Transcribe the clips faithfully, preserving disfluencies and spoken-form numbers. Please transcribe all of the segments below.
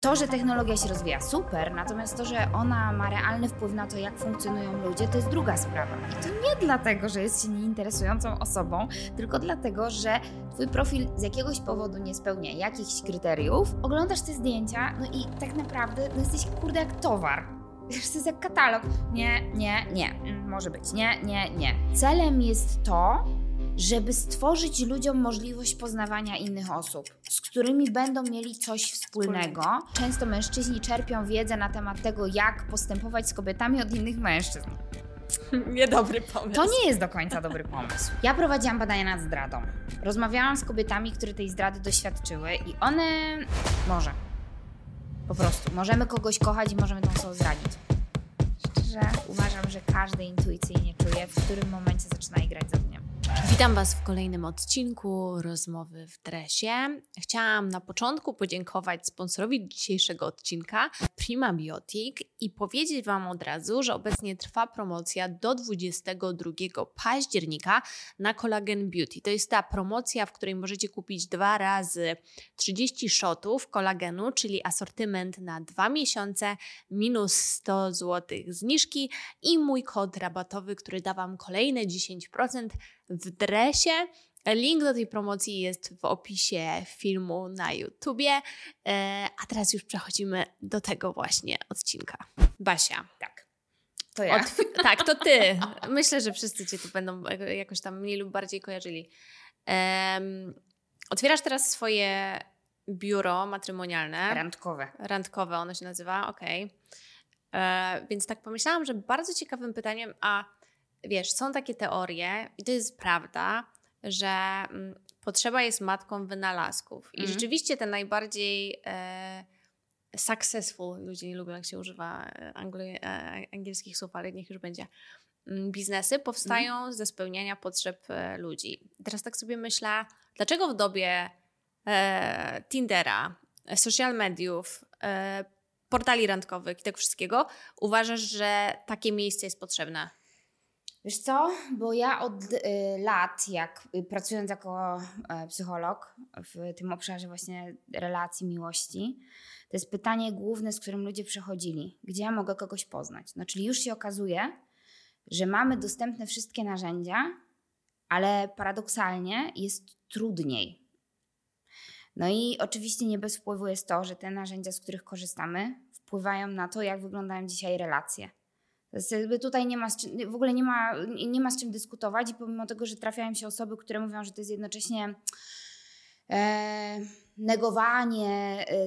To, że technologia się rozwija, super, natomiast to, że ona ma realny wpływ na to, jak funkcjonują ludzie, to jest druga sprawa. I to nie dlatego, że jest się nieinteresującą osobą, tylko dlatego, że twój profil z jakiegoś powodu nie spełnia jakichś kryteriów, oglądasz te zdjęcia, no i tak naprawdę no jesteś kurde jak towar. To jest jak katalog. Nie, nie, nie, może być, nie, nie, nie. Celem jest to, żeby stworzyć ludziom możliwość poznawania innych osób, z którymi będą mieli coś wspólnego. Często mężczyźni czerpią wiedzę na temat tego, jak postępować z kobietami od innych mężczyzn. Niedobry pomysł. To nie jest do końca dobry pomysł. Ja prowadziłam badania nad zdradą. Rozmawiałam z kobietami, które tej zdrady doświadczyły i one... Może. Po prostu. Możemy kogoś kochać i możemy tą osobę zdradzić. Szczerze uważam, że każdy intuicyjnie czuje, w którym momencie zaczyna grać z ogniem. Witam Was w kolejnym odcinku Rozmowy w dresie. Chciałam na początku podziękować sponsorowi dzisiejszego odcinka Primabiotic i powiedzieć Wam od razu, że obecnie trwa promocja do dwudziestego drugiego października na Collagen Beauty. To jest ta promocja, w której możecie kupić dwa razy trzydzieści shotów kolagenu, czyli asortyment na dwa miesiące, minus sto złotych zniżki i mój kod rabatowy, który da Wam kolejne dziesięć procent w dresie. Link do tej promocji jest w opisie filmu na YouTubie. A teraz już przechodzimy do tego właśnie odcinka. Basia. Tak. To ja. Otw- tak, to Ty. Myślę, że wszyscy Cię tu będą jakoś tam mniej lub bardziej kojarzyli. Um, otwierasz teraz swoje biuro matrymonialne. Randkowe. Randkowe ono się nazywa, okej. Okay. E, więc tak pomyślałam, że bardzo ciekawym pytaniem, a wiesz, są takie teorie i to jest prawda, że mm, potrzeba jest matką wynalazków. I mm. rzeczywiście te najbardziej e, successful, ludzie nie lubią jak się używa angli- e, angielskich słów, ale niech już będzie, mm, biznesy powstają mm. ze spełniania potrzeb e, ludzi. Teraz tak sobie myślę, dlaczego w dobie e, Tindera, social mediów, e, portali randkowych i tego wszystkiego uważasz, że takie miejsce jest potrzebne? Wiesz co, bo ja od y, lat, jak y, pracując jako y, psycholog w tym obszarze właśnie relacji, miłości, to jest pytanie główne, z którym ludzie przechodzili. Gdzie ja mogę kogoś poznać? No czyli już się okazuje, że mamy dostępne wszystkie narzędzia, ale paradoksalnie jest trudniej. No i oczywiście nie bez wpływu jest to, że te narzędzia, z których korzystamy, wpływają na to, jak wyglądają dzisiaj relacje. Tutaj nie ma z czym, w ogóle nie ma, nie ma z czym dyskutować i pomimo tego, że trafiają się osoby, które mówią, że to jest jednocześnie e, negowanie e,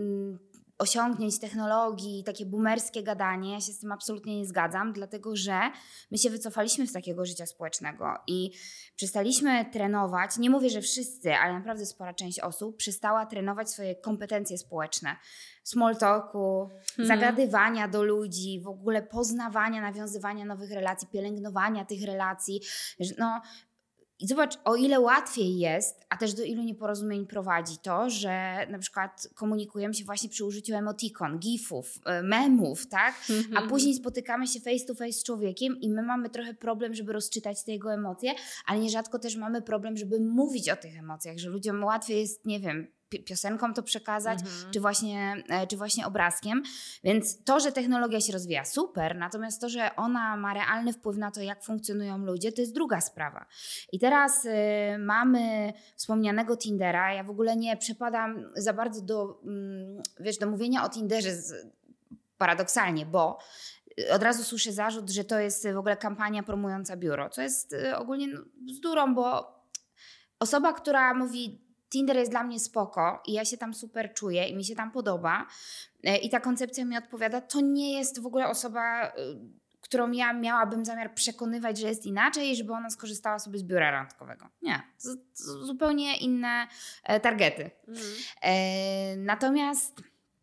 osiągnięć technologii, takie boomerskie gadanie, ja się z tym absolutnie nie zgadzam, dlatego że my się wycofaliśmy z takiego życia społecznego i przestaliśmy trenować, nie mówię, że wszyscy, ale naprawdę spora część osób przestała trenować swoje kompetencje społeczne. Small talku, hmm. zagadywania do ludzi, w ogóle poznawania, nawiązywania nowych relacji, pielęgnowania tych relacji. No i zobacz, o ile łatwiej jest, a też do ilu nieporozumień prowadzi to, że na przykład komunikujemy się właśnie przy użyciu emotikon, gifów, memów, tak? Mm-hmm. A później spotykamy się face to face z człowiekiem i my mamy trochę problem, żeby rozczytać te jego emocje, ale nierzadko też mamy problem, żeby mówić o tych emocjach, że ludziom łatwiej jest, nie wiem, piosenką to przekazać, mhm. czy, właśnie, czy właśnie obrazkiem. Więc to, że technologia się rozwija, super, natomiast to, że ona ma realny wpływ na to, jak funkcjonują ludzie, to jest druga sprawa. I teraz y, mamy wspomnianego Tindera. Ja w ogóle nie przepadam za bardzo do, mm, wiesz, do mówienia o Tinderze z, paradoksalnie, bo od razu słyszę zarzut, że to jest w ogóle kampania promująca biuro, co jest y, ogólnie bzdurą, bo osoba, która mówi Tinder jest dla mnie spoko i ja się tam super czuję i mi się tam podoba i ta koncepcja mi odpowiada, to nie jest w ogóle osoba, którą ja miałabym zamiar przekonywać, że jest inaczej i żeby ona skorzystała sobie z biura randkowego. Nie, z, z, zupełnie inne e, targety. Mhm. E, natomiast,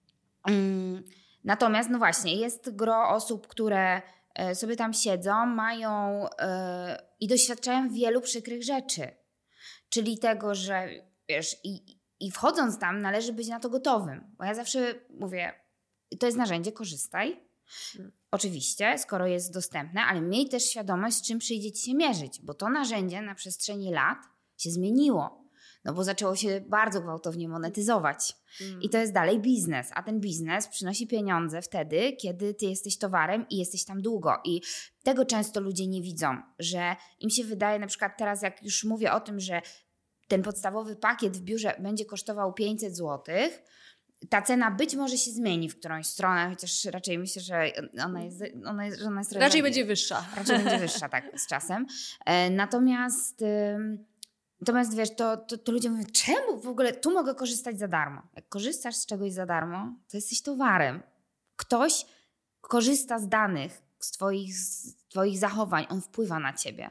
mm, natomiast, no właśnie, jest gro osób, które e, sobie tam siedzą, mają e, i doświadczają wielu przykrych rzeczy. Czyli tego, że wiesz, i, i wchodząc tam należy być na to gotowym. Bo ja zawsze mówię, to jest narzędzie, korzystaj. Hmm. Oczywiście, skoro jest dostępne, ale miej też świadomość, z czym przyjdzie ci się mierzyć. Bo to narzędzie na przestrzeni lat się zmieniło. no bo zaczęło się bardzo gwałtownie monetyzować. Mm. I to jest dalej biznes, a ten biznes przynosi pieniądze wtedy, kiedy ty jesteś towarem i jesteś tam długo. I tego często ludzie nie widzą, że im się wydaje, na przykład teraz jak już mówię o tym, że ten podstawowy pakiet w biurze będzie kosztował pięćset złotych, ta cena być może się zmieni w którąś stronę, chociaż raczej myślę, że ona jest, ona jest, że ona jest raczej będzie wyższa. Raczej będzie wyższa, tak, z czasem. E, natomiast, e, natomiast wiesz, to, to, to ludzie mówią, czemu w ogóle tu mogę korzystać za darmo? Jak korzystasz z czegoś za darmo, to jesteś towarem. Ktoś korzysta z danych, z twoich, z twoich zachowań, on wpływa na ciebie.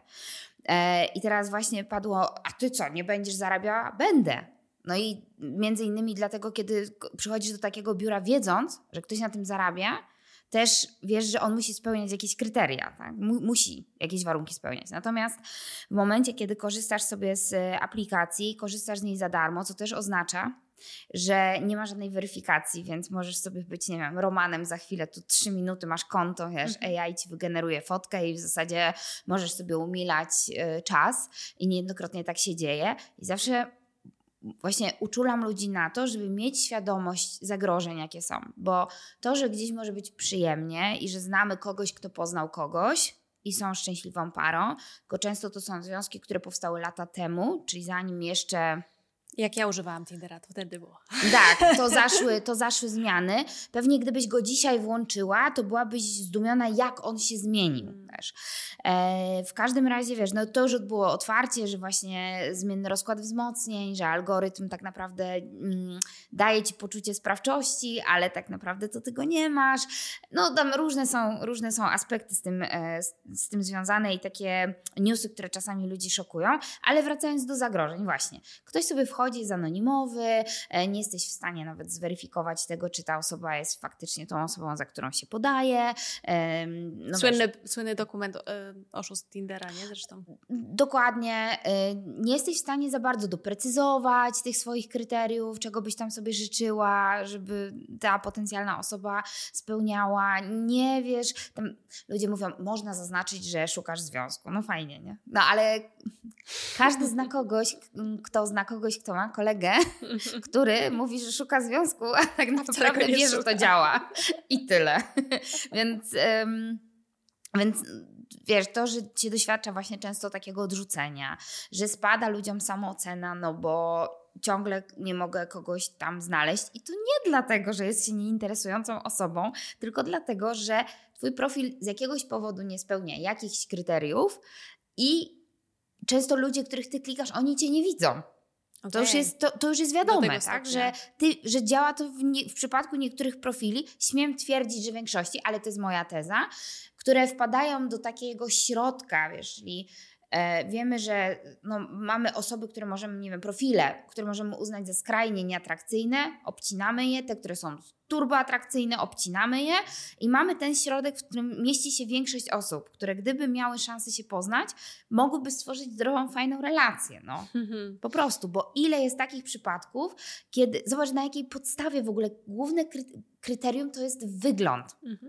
E, I teraz właśnie padło, a ty co, nie będziesz zarabiała? Będę. No i między innymi dlatego, kiedy przychodzisz do takiego biura wiedząc, że ktoś na tym zarabia, też wiesz, że on musi spełniać jakieś kryteria, tak? Mu- musi jakieś warunki spełniać. Natomiast w momencie, kiedy korzystasz sobie z aplikacji, korzystasz z niej za darmo, co też oznacza, że nie ma żadnej weryfikacji, więc możesz sobie być, nie wiem, Romanem za chwilę, tu trzy minuty masz konto, wiesz, A I ci wygeneruje fotkę i w zasadzie możesz sobie umilać y, czas i niejednokrotnie tak się dzieje i zawsze właśnie uczulam ludzi na to, żeby mieć świadomość zagrożeń, jakie są. Bo to, że gdzieś może być przyjemnie i że znamy kogoś, kto poznał kogoś i są szczęśliwą parą, tylko często to są związki, które powstały lata temu, czyli zanim jeszcze... Jak ja używałam Tindera, to wtedy było. Tak, to zaszły, to zaszły zmiany. Pewnie gdybyś go dzisiaj włączyła, to byłabyś zdumiona, jak on się zmienił też. E, w każdym razie, wiesz, no to już było otwarcie, że właśnie zmienny rozkład wzmocnień, że algorytm tak naprawdę mm, daje ci poczucie sprawczości, ale tak naprawdę to ty go nie masz. No tam różne są, różne są aspekty z tym, e, z, z tym związane i takie newsy, które czasami ludzi szokują, ale wracając do zagrożeń właśnie. Ktoś sobie wchodzi, jest anonimowy, nie jesteś w stanie nawet zweryfikować tego, czy ta osoba jest faktycznie tą osobą, za którą się podaje. No słynny, słynny dokument oszust Tindera, nie? Zresztą. Dokładnie. Nie jesteś w stanie za bardzo doprecyzować tych swoich kryteriów, czego byś tam sobie życzyła, żeby ta potencjalna osoba spełniała. Nie wiesz, tam ludzie mówią, można zaznaczyć, że szukasz związku. No fajnie, nie? No ale każdy zna kogoś, kto zna kogoś, kto ma kolegę, który mówi, że szuka związku, a tak naprawdę wie, że to działa. I tyle. Więc, um, więc wiesz, to, że się doświadcza właśnie często takiego odrzucenia, że spada ludziom samoocena, no bo ciągle nie mogę kogoś tam znaleźć i to nie dlatego, że jest się nieinteresującą osobą, tylko dlatego, że twój profil z jakiegoś powodu nie spełnia jakichś kryteriów i często ludzie, których ty klikasz, oni cię nie widzą. Okay. To, już jest, to, to już jest wiadome, tak? że, ty, że działa to w, nie, w przypadku niektórych profili. Śmiem twierdzić, że w większości, ale to jest moja teza, które wpadają do takiego środka, wiesz, czyli e, wiemy, że no, mamy osoby, które możemy, nie wiem, profile, które możemy uznać za skrajnie nieatrakcyjne, obcinamy je, te, które są turboatrakcyjne, obcinamy je i mamy ten środek, w którym mieści się większość osób, które gdyby miały szansę się poznać, mogłyby stworzyć zdrową, fajną relację. No. Mhm. Po prostu, bo ile jest takich przypadków, kiedy, zobacz na jakiej podstawie w ogóle główne kry- kryterium to jest wygląd. Mhm.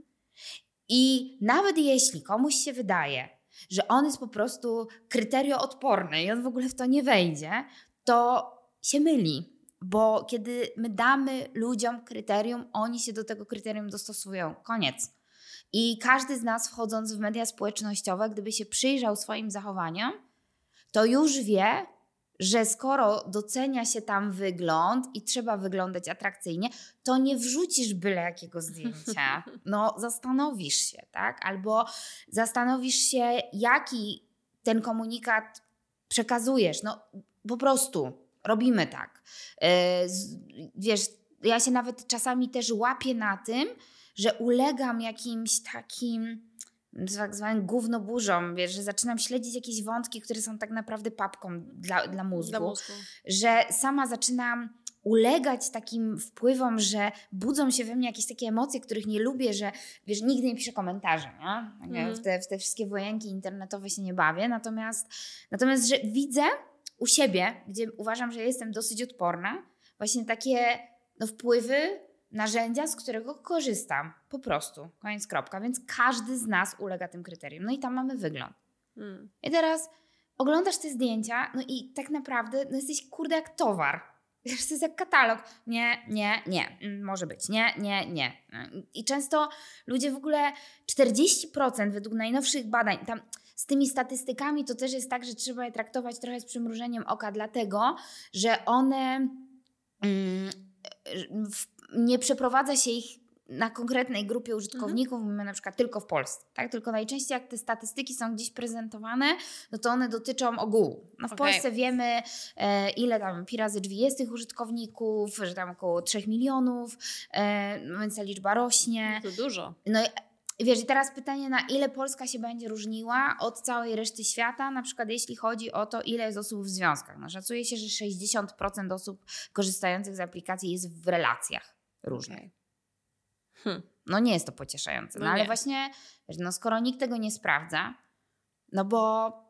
I nawet jeśli komuś się wydaje, że on jest po prostu kryterioodporny i on w ogóle w to nie wejdzie, to się myli. Bo kiedy my damy ludziom kryterium, oni się do tego kryterium dostosują. Koniec. I każdy z nas, wchodząc w media społecznościowe, gdyby się przyjrzał swoim zachowaniom, to już wie, że skoro docenia się tam wygląd i trzeba wyglądać atrakcyjnie, to nie wrzucisz byle jakiego zdjęcia. No, zastanowisz się, tak? Albo zastanowisz się, jaki ten komunikat przekazujesz. No, po prostu. Robimy tak. Wiesz, ja się nawet czasami też łapię na tym, że ulegam jakimś takim tak zwanym gównoburzom, wiesz, że zaczynam śledzić jakieś wątki, które są tak naprawdę papką dla, dla mózgu. Dla mózgu. Że sama zaczynam ulegać takim wpływom, że budzą się we mnie jakieś takie emocje, których nie lubię, że wiesz, nigdy nie piszę komentarzy, nie? Mm. W, te, w te wszystkie wojenki internetowe się nie bawię, natomiast, natomiast że widzę u siebie, gdzie uważam, że jestem dosyć odporna, właśnie takie no, wpływy, narzędzia, z którego korzystam. Po prostu. Koniec, kropka. Więc każdy z nas ulega tym kryterium. No i tam mamy wygląd. Hmm. I teraz oglądasz te zdjęcia, no i tak naprawdę no jesteś kurde jak towar. Wiesz, to jest jak katalog. Nie, nie, nie. Może być. Nie, nie, nie. I często ludzie w ogóle czterdzieści procent według najnowszych badań, tam z tymi statystykami to też jest tak, że trzeba je traktować trochę z przymrużeniem oka, dlatego, że one mm, w, nie przeprowadza się ich na konkretnej grupie użytkowników, mhm. na przykład tylko w Polsce. Tak? Tylko najczęściej jak te statystyki są gdzieś prezentowane, no to one dotyczą ogółu. No w okay. Polsce wiemy, e, ile tam pi razy drzwi jest tych użytkowników, że tam około trzech milionów, e, więc ta liczba rośnie. No to dużo. No i wiesz, i teraz pytanie, na ile Polska się będzie różniła od całej reszty świata, na przykład jeśli chodzi o to, ile jest osób w związkach. No szacuje się, że sześćdziesiąt procent osób korzystających z aplikacji jest w relacjach różnych. Okay. Hmm. No nie jest to pocieszające. No, no ale właśnie, wiesz, no skoro nikt tego nie sprawdza, no bo,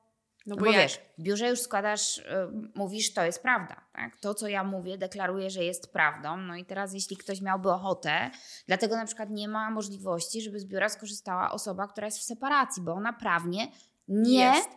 no bo, no bo wiesz, w biurze już składasz, y, mówisz, to jest prawda. Tak? To, co ja mówię, deklaruję, że jest prawdą. No i teraz jeśli ktoś miałby ochotę, dlatego na przykład nie ma możliwości, żeby z biura skorzystała osoba, która jest w separacji, bo ona prawnie nie jest,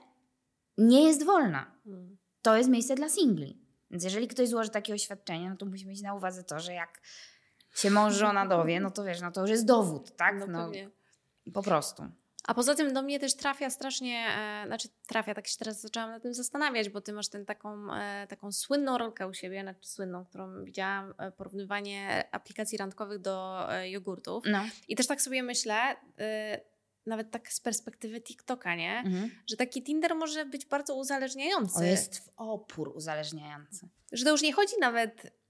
nie jest wolna. Hmm. To jest miejsce dla singli. Więc jeżeli ktoś złoży takie oświadczenie, no to musi mieć na uwadze to, że jak się mąż, żona dowie, no to wiesz, no to już jest dowód, tak? No, no po prostu. A poza tym do mnie też trafia strasznie, e, znaczy trafia, tak się teraz zaczęłam nad tym zastanawiać, bo ty masz ten taką, e, taką słynną rolkę u siebie, znaczy słynną, którą widziałam, e, porównywanie aplikacji randkowych do e, jogurtów. No. I też tak sobie myślę, e, nawet tak z perspektywy TikToka, nie? Mhm. Że taki Tinder może być bardzo uzależniający. O, jest w opór uzależniający. Że to już nie chodzi nawet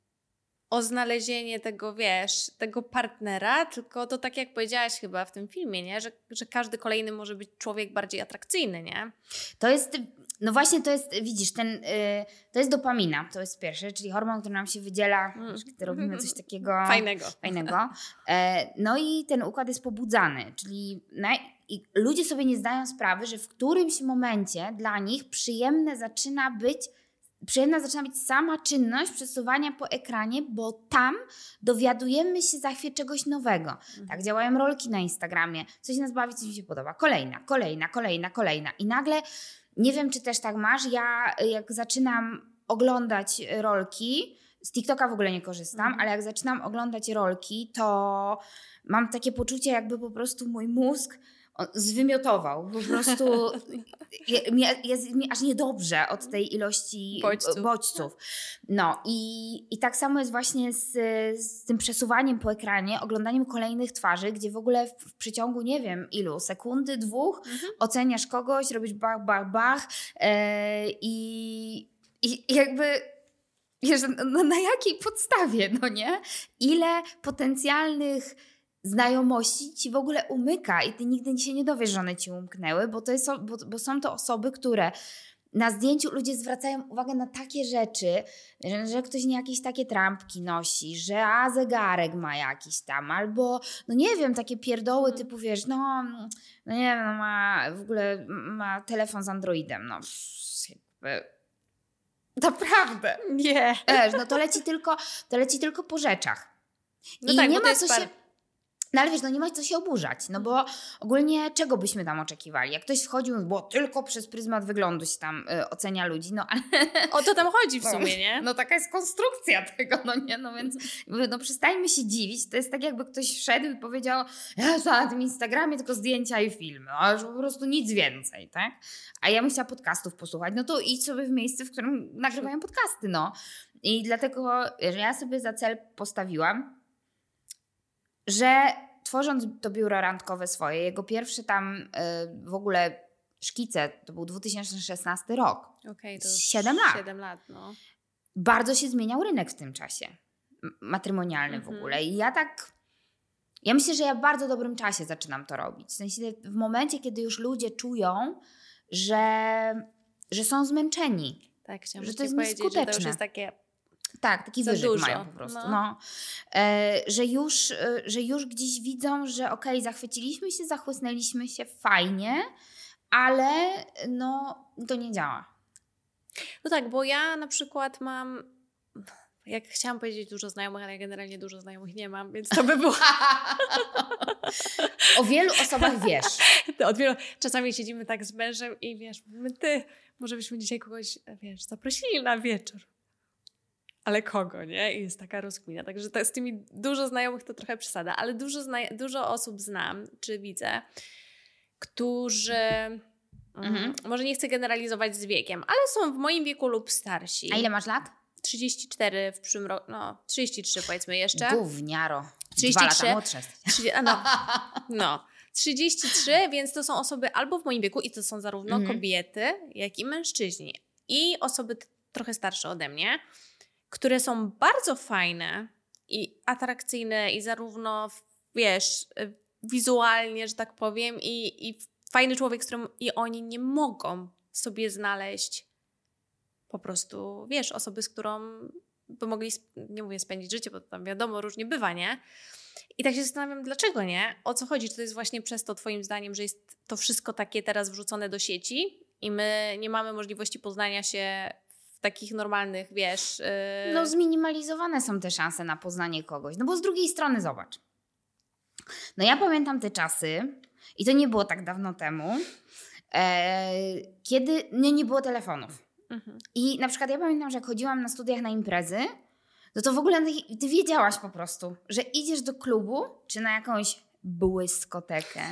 o znalezienie tego, wiesz, tego partnera, tylko to tak jak powiedziałaś chyba w tym filmie, nie? Że, że każdy kolejny może być człowiek bardziej atrakcyjny, nie? To jest, no właśnie to jest, widzisz, ten, yy, to jest dopamina, to jest pierwsze, czyli hormon, który nam się wydziela, mm. kiedy robimy coś takiego fajnego. fajnego. E, no i ten układ jest pobudzany, czyli naj, i ludzie sobie nie zdają sprawy, że w którymś momencie dla nich przyjemne zaczyna być Przyjemna zaczyna być sama czynność przesuwania po ekranie, bo tam dowiadujemy się za chwilę czegoś nowego. Mhm. Tak działają rolki na Instagramie. Coś nas bawi, coś mi się podoba. Kolejna, kolejna, kolejna, kolejna. I nagle, nie wiem czy też tak masz, ja jak zaczynam oglądać rolki, z TikToka w ogóle nie korzystam, mhm. ale jak zaczynam oglądać rolki, to mam takie poczucie, jakby po prostu mój mózg zwymiotował. Po prostu jest mi aż niedobrze od tej ilości bodźców. bodźców. No i, i tak samo jest właśnie z, z tym przesuwaniem po ekranie, oglądaniem kolejnych twarzy, gdzie w ogóle w, w przeciągu nie wiem ilu, sekundy, dwóch mhm. oceniasz kogoś, robisz bach, bach, bach yy, i, i jakby wiesz, no, na jakiej podstawie, no nie? Ile potencjalnych znajomości ci w ogóle umyka i ty nigdy się nie dowiesz, że one ci umknęły, bo, to jest, bo, bo są to osoby, które na zdjęciu ludzie zwracają uwagę na takie rzeczy, że, że ktoś nie jakieś takie trampki nosi, że a zegarek ma jakiś tam, albo no nie wiem, takie pierdoły hmm. typu wiesz, no, no nie wiem, no ma w ogóle ma telefon z Androidem, no jakby naprawdę. Nie. Wiesz, no to leci tylko, to leci tylko po rzeczach. No I tak, nie bo ma to jest co par... się... No ale wiesz, no nie ma co się oburzać, no bo ogólnie czego byśmy tam oczekiwali? Jak ktoś wchodził, bo tylko przez pryzmat wyglądu się tam y, ocenia ludzi, no ale... O to tam chodzi w sumie, nie? No taka jest konstrukcja tego, no nie? No więc no przestańmy się dziwić, to jest tak jakby ktoś wszedł i powiedział, ja na tym Instagramie tylko zdjęcia i filmy, a już po prostu nic więcej, tak? A ja bym chciała podcastów posłuchać, no to idź sobie w miejsce, w którym nagrywają podcasty, no. I dlatego, że ja sobie za cel postawiłam, że tworząc to biuro randkowe swoje, jego pierwsze tam y, w ogóle szkice, to był dwa tysiące szesnasty rok. Okej, to siedem lat. siedem lat, no. Bardzo się zmieniał rynek w tym czasie. Matrymonialny mm-hmm. w ogóle. I ja tak... Ja myślę, że ja w bardzo dobrym czasie zaczynam to robić. W sensie w momencie, kiedy już ludzie czują, że, że są zmęczeni. Tak, chciałam że to jest powiedzieć, nieskuteczne. że to już jest takie... Tak, taki za wyżyk dużo. mają po prostu. No. No. E, że, już, e, że już gdzieś widzą, że okej, okay, zachwyciliśmy się, zachłysnęliśmy się, fajnie, ale no to nie działa. No tak, bo ja na przykład mam... jak chciałam powiedzieć dużo znajomych, ale ja generalnie dużo znajomych nie mam, więc to by było... O wielu osobach wiesz. To od wielu... Czasami siedzimy tak z mężem i wiesz, my ty, może byśmy dzisiaj kogoś, wiesz, zaprosili na wieczór. Ale kogo, nie? I jest taka rozkmina. Także to, z tymi dużo znajomych to trochę przesada, ale dużo, zna- dużo osób znam, czy widzę, którzy... Mhm. Może nie chcę generalizować z wiekiem, ale są w moim wieku lub starsi. A ile masz lat? trzydzieści cztery w przyszłym roku, no trzydzieści trzy powiedzmy jeszcze. Gówniaro. trzydzieści trzy. Dwa lata młodsze jesteś. trzydzieści, no, no, trzydzieści trzy, więc to są osoby albo w moim wieku i to są zarówno mhm. kobiety, jak i mężczyźni. I osoby t- trochę starsze ode mnie, które są bardzo fajne i atrakcyjne i zarówno, wiesz, wizualnie, że tak powiem, i, i fajny człowiek, z którym i oni nie mogą sobie znaleźć po prostu, wiesz, osoby, z którą by mogli, nie mówię spędzić życie, bo tam wiadomo, różnie bywa, nie? I tak się zastanawiam, dlaczego nie? O co chodzi? Czy to jest właśnie przez to twoim zdaniem, że jest to wszystko takie teraz wrzucone do sieci i my nie mamy możliwości poznania się w takich normalnych, wiesz... Yy... No zminimalizowane są te szanse na poznanie kogoś. No bo z drugiej strony zobacz. No ja pamiętam te czasy i to nie było tak dawno temu, e, kiedy nie, nie było telefonów. Mhm. I na przykład ja pamiętam, że jak chodziłam na studiach na imprezy, no to w ogóle ty wiedziałaś po prostu, że idziesz do klubu czy na jakąś błyskotekę,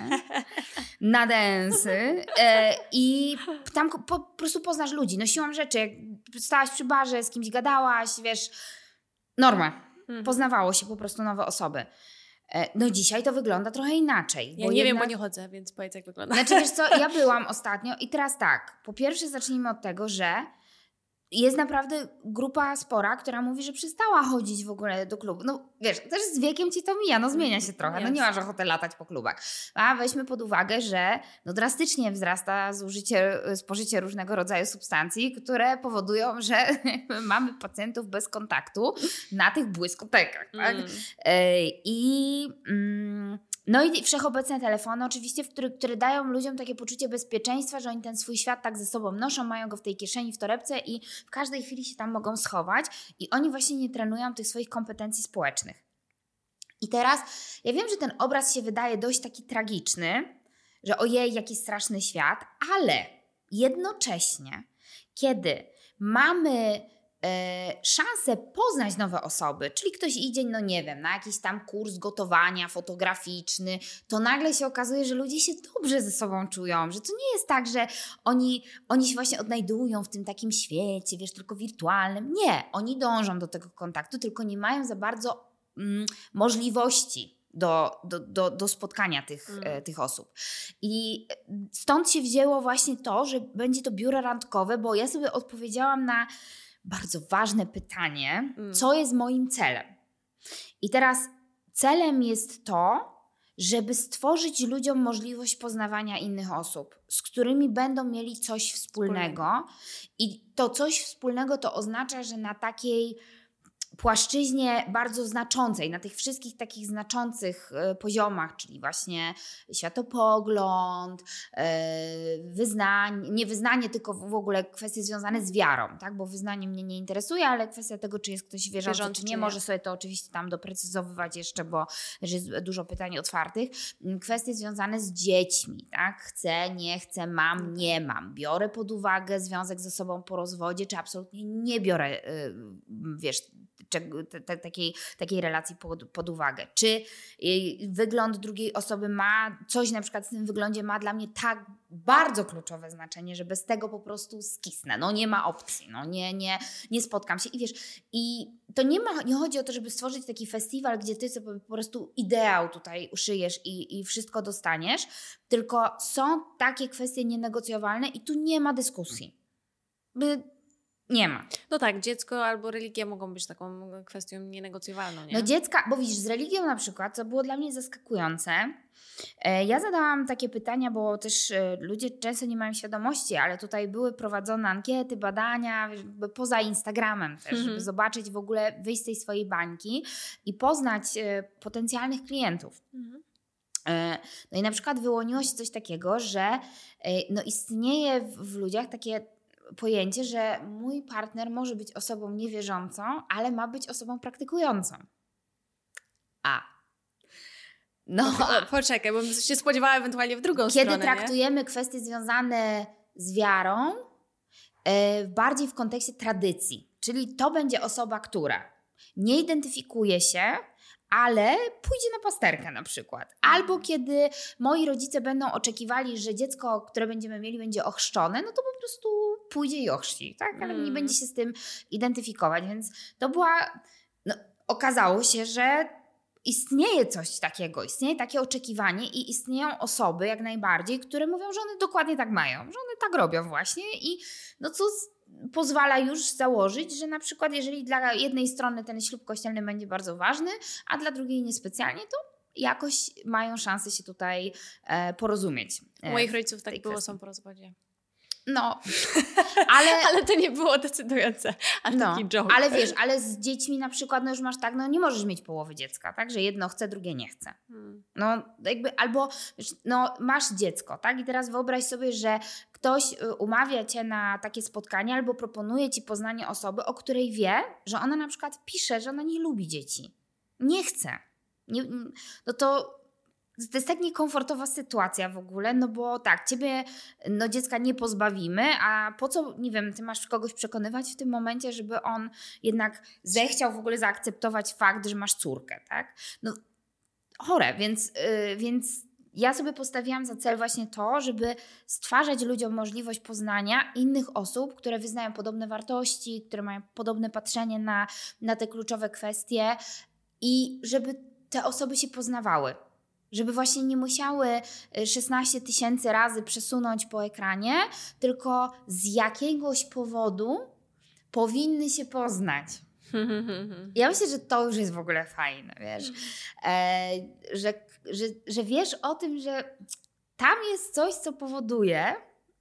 na densy e, i tam po, po prostu poznasz ludzi. No siłą rzeczy, jak stałaś przy barze, z kimś gadałaś, wiesz, norma. Mhm. Poznawało się po prostu nowe osoby. No dzisiaj to wygląda trochę inaczej. Ja bo nie jednak... wiem, bo nie chodzę, więc powiedz jak wygląda. Znaczy wiesz co, ja byłam ostatnio i teraz tak, po pierwsze zacznijmy od tego, że jest naprawdę grupa spora, która mówi, że przestała chodzić w ogóle do klubu. No wiesz, też z wiekiem ci to mija, no zmienia się trochę, no nie masz ochoty latać po klubach. A weźmy pod uwagę, że no drastycznie wzrasta zużycie, spożycie różnego rodzaju substancji, które powodują, że mamy pacjentów bez kontaktu na tych błyskotekach, tak? Mm. I... Mm, No i wszechobecne telefony oczywiście, w który, które dają ludziom takie poczucie bezpieczeństwa, że oni ten swój świat tak ze sobą noszą, mają go w tej kieszeni, w torebce i w każdej chwili się tam mogą schować i oni właśnie nie trenują tych swoich kompetencji społecznych. I teraz ja wiem, że ten obraz się wydaje dość taki tragiczny, że ojej, jaki straszny świat, ale jednocześnie, kiedy mamy e, szansę poznać nowe osoby, czyli ktoś idzie, no nie wiem, na jakiś tam kurs gotowania fotograficzny, to nagle się okazuje, że ludzie się dobrze ze sobą czują, że to nie jest tak, że oni, oni się właśnie odnajdują w tym takim świecie, wiesz, tylko wirtualnym. Nie, oni dążą do tego kontaktu, tylko nie mają za bardzo mm, możliwości do, do, do, do spotkania tych, mm. e, tych osób. I stąd się wzięło właśnie to, że będzie to biuro randkowe, bo ja sobie odpowiedziałam na bardzo ważne pytanie, mm. co jest moim celem. I teraz celem jest to, żeby stworzyć ludziom możliwość poznawania innych osób, z którymi będą mieli coś wspólnego. wspólnego. I to coś wspólnego to oznacza, że na takiej płaszczyźnie bardzo znaczącej, na tych wszystkich takich znaczących y, poziomach, czyli właśnie światopogląd, y, wyznanie, nie wyznanie, tylko w ogóle kwestie związane z wiarą, tak? Bo wyznanie mnie nie interesuje, ale kwestia tego, czy jest ktoś wierzący, Wierzący, czy nie, czy nie, może sobie to oczywiście tam doprecyzowywać jeszcze, bo jest dużo pytań otwartych. Kwestie związane z dziećmi, tak? Chcę, nie chcę, mam, nie mam. Biorę pod uwagę związek ze sobą po rozwodzie, czy absolutnie nie biorę, y, wiesz, Te, te, takiej, takiej relacji pod, pod uwagę. Czy wygląd drugiej osoby ma, coś na przykład w tym wyglądzie ma dla mnie tak bardzo kluczowe znaczenie, że bez tego po prostu skisnę. No nie ma opcji, no nie, nie, nie spotkam się. I wiesz, i to nie ma, nie chodzi o to, żeby stworzyć taki festiwal, gdzie ty sobie po prostu ideał tutaj uszyjesz i, i wszystko dostaniesz, tylko są takie kwestie nienegocjowalne i tu nie ma dyskusji. By Nie ma. No tak, dziecko albo religia mogą być taką kwestią nienegocjowalną, nie? No dziecka, bo widzisz, z religią na przykład, co było dla mnie zaskakujące, ja zadałam takie pytania, bo też ludzie często nie mają świadomości, ale tutaj były prowadzone ankiety, badania, poza Instagramem też, mhm. żeby zobaczyć w ogóle, wyjść z tej swojej bańki i poznać potencjalnych klientów. Mhm. No i na przykład wyłoniło się coś takiego, że no istnieje w ludziach takie pojęcie, że mój partner może być osobą niewierzącą, ale ma być osobą praktykującą. A. No, o, poczekaj, bo bym się spodziewała ewentualnie w drugą Kiedy stronę. Kiedy traktujemy nie? kwestie związane z wiarą, yy, bardziej w kontekście tradycji. Czyli to będzie osoba, która nie identyfikuje się, ale pójdzie na pasterkę na przykład. Albo kiedy moi rodzice będą oczekiwali, że dziecko, które będziemy mieli, będzie ochrzczone, no to po prostu pójdzie i ochrzci, tak? Ale mm. nie będzie się z tym identyfikować. Więc to była... No, okazało się, że istnieje coś takiego, istnieje takie oczekiwanie i istnieją osoby jak najbardziej, które mówią, że one dokładnie tak mają, że one tak robią właśnie i no co z, pozwala już założyć, że na przykład jeżeli dla jednej strony ten ślub kościelny będzie bardzo ważny, a dla drugiej niespecjalnie, to jakoś mają szansę się tutaj e, porozumieć. U moich rodziców tak było, są po rozwodzie. No, ale... ale to nie było decydujące, a no, taki joke. Ale wiesz, ale z dziećmi na przykład, no już masz tak, no nie możesz mieć połowy dziecka, tak, że jedno chce, drugie nie chce. Hmm. No jakby albo, wiesz, no masz dziecko, tak, i teraz wyobraź sobie, że ktoś umawia cię na takie spotkanie albo proponuje ci poznanie osoby, o której wie, że ona na przykład pisze, że ona nie lubi dzieci. Nie chce. Nie, no to... To jest tak niekomfortowa sytuacja w ogóle, no bo tak, ciebie, no dziecka nie pozbawimy, a po co, nie wiem, ty masz kogoś przekonywać w tym momencie, żeby on jednak zechciał w ogóle zaakceptować fakt, że masz córkę, tak? No chore, więc, yy, więc ja sobie postawiłam za cel właśnie to, żeby stwarzać ludziom możliwość poznania innych osób, które wyznają podobne wartości, które mają podobne patrzenie na, na te kluczowe kwestie i żeby te osoby się poznawały. Żeby właśnie nie musiały szesnaście tysięcy razy przesunąć po ekranie, tylko z jakiegoś powodu powinny się poznać. Ja myślę, że to już jest w ogóle fajne, wiesz, e, że, że, że wiesz o tym, że tam jest coś, co powoduje,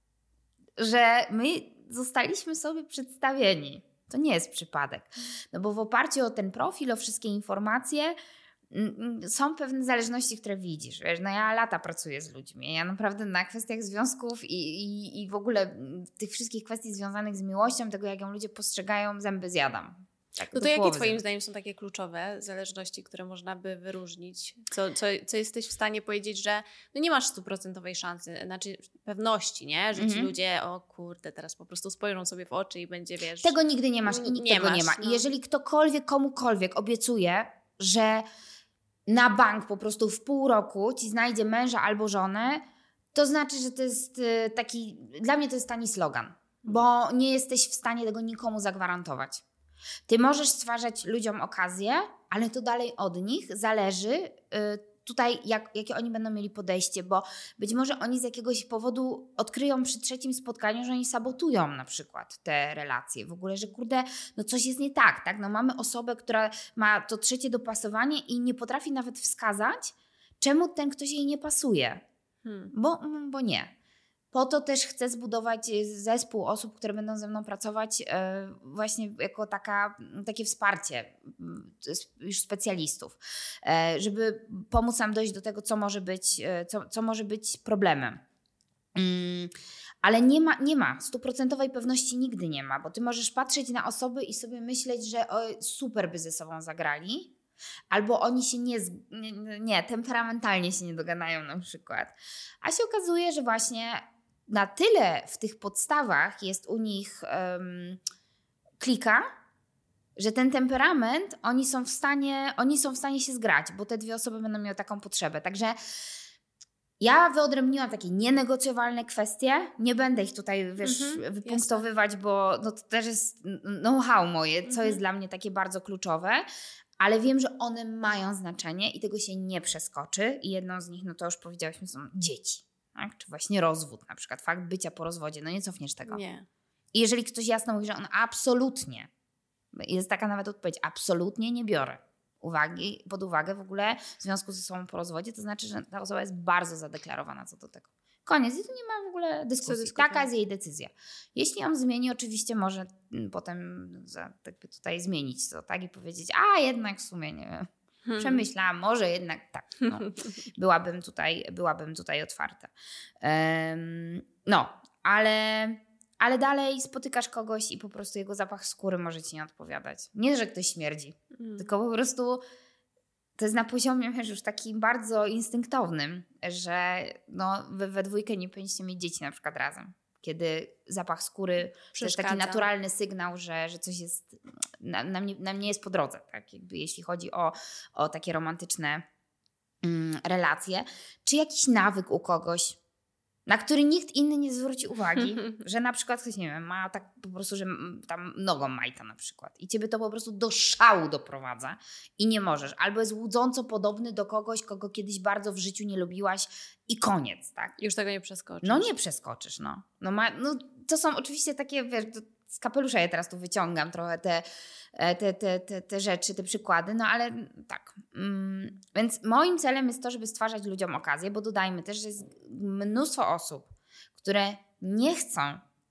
że my zostaliśmy sobie przedstawieni. To nie jest przypadek. No bo w oparciu o ten profil, o wszystkie informacje, są pewne zależności, które widzisz. Wiesz, no ja lata pracuję z ludźmi. Ja naprawdę na kwestiach związków i, i, i w ogóle tych wszystkich kwestii związanych z miłością, tego jak ją ludzie postrzegają, zęby zjadam. Tak, no to jakie twoim zęby. zdaniem są takie kluczowe zależności, które można by wyróżnić? Co, co, co jesteś w stanie powiedzieć, że no nie masz stuprocentowej szansy, znaczy pewności, nie? Że ci mm-hmm. ludzie, o kurde, teraz po prostu spojrzą sobie w oczy i będzie, wiesz... Tego nigdy nie masz i nikt nie tego masz, nie ma. No. I jeżeli ktokolwiek, komukolwiek obiecuje, że na bank po prostu w pół roku ci znajdzie męża albo żonę, to znaczy, że to jest taki, dla mnie to jest tani slogan, bo nie jesteś w stanie tego nikomu zagwarantować. Ty możesz stwarzać ludziom okazję, ale to dalej od nich zależy tutaj, jak, jakie oni będą mieli podejście, bo być może oni z jakiegoś powodu odkryją przy trzecim spotkaniu, że oni sabotują na przykład te relacje. W ogóle, że kurde, no coś jest nie tak, tak? No mamy osobę, która ma to trzecie dopasowanie i nie potrafi nawet wskazać, czemu ten ktoś jej nie pasuje. Hmm. Bo, bo nie. Po to też chcę zbudować zespół osób, które będą ze mną pracować właśnie jako taka, takie wsparcie już specjalistów, żeby pomóc nam dojść do tego, co może być, co, co może być problemem. Ale nie ma, nie ma, stuprocentowej pewności nigdy nie ma, bo ty możesz patrzeć na osoby i sobie myśleć, że o, super by ze sobą zagrali, albo oni się nie, nie, nie, temperamentalnie się nie dogadają na przykład. A się okazuje, że właśnie na tyle w tych podstawach jest u nich um, klika, że ten temperament oni są w stanie, oni są w stanie się zgrać, bo te dwie osoby będą miały taką potrzebę. Także ja wyodrębniłam takie nienegocjowalne kwestie. Nie będę ich tutaj, wiesz, mm-hmm, wypunktowywać, jasne. Bo no, to też jest know-how moje, co mm-hmm. jest dla mnie takie bardzo kluczowe. Ale wiem, że one mają znaczenie i tego się nie przeskoczy. I jedną z nich, no to już powiedziałyśmy, są dzieci. Tak? Czy właśnie rozwód, na przykład fakt bycia po rozwodzie. No nie cofniesz tego. Nie. I jeżeli ktoś jasno mówi, że on absolutnie, jest taka nawet odpowiedź, absolutnie nie biorę uwagi, pod uwagę w ogóle w związku ze sobą po rozwodzie, to znaczy, że ta osoba jest bardzo zadeklarowana co do tego. Koniec. I tu nie ma w ogóle dyskusji. Taka jest jej decyzja. Jeśli ją zmieni, oczywiście może potem za, jakby tutaj zmienić to, tak? I powiedzieć, a jednak w sumie nie wiem, hmm. przemyślałam, może jednak tak. No. byłabym, tutaj, byłabym tutaj otwarta. Um, no, ale, ale dalej spotykasz kogoś i po prostu jego zapach skóry może ci nie odpowiadać. Nie, że ktoś śmierdzi, mm. tylko po prostu to jest na poziomie, wiesz, już takim bardzo instynktownym, że no, wy we dwójkę nie powinniście mieć dzieci na przykład razem. Kiedy zapach skóry to jest taki naturalny sygnał, że, że coś jest, nam, nam, nie, nam nie jest po drodze. Tak? Jakby jeśli chodzi o, o takie romantyczne mm, relacje. Czy jakiś nawyk u kogoś, na który nikt inny nie zwróci uwagi, że na przykład ktoś, nie wiem, ma tak po prostu, że tam nogą majta na przykład i ciebie to po prostu do szału doprowadza i nie możesz. Albo jest łudząco podobny do kogoś, kogo kiedyś bardzo w życiu nie lubiłaś i koniec, tak? Już tego nie przeskoczysz. No nie przeskoczysz, no. No, ma, no to są oczywiście takie, wiesz, z kapelusza ja teraz tu wyciągam trochę te, te, te, te, te rzeczy, te przykłady, no ale tak. Mm, więc moim celem jest to, żeby stwarzać ludziom okazję, bo dodajmy też, że jest mnóstwo osób, które nie chcą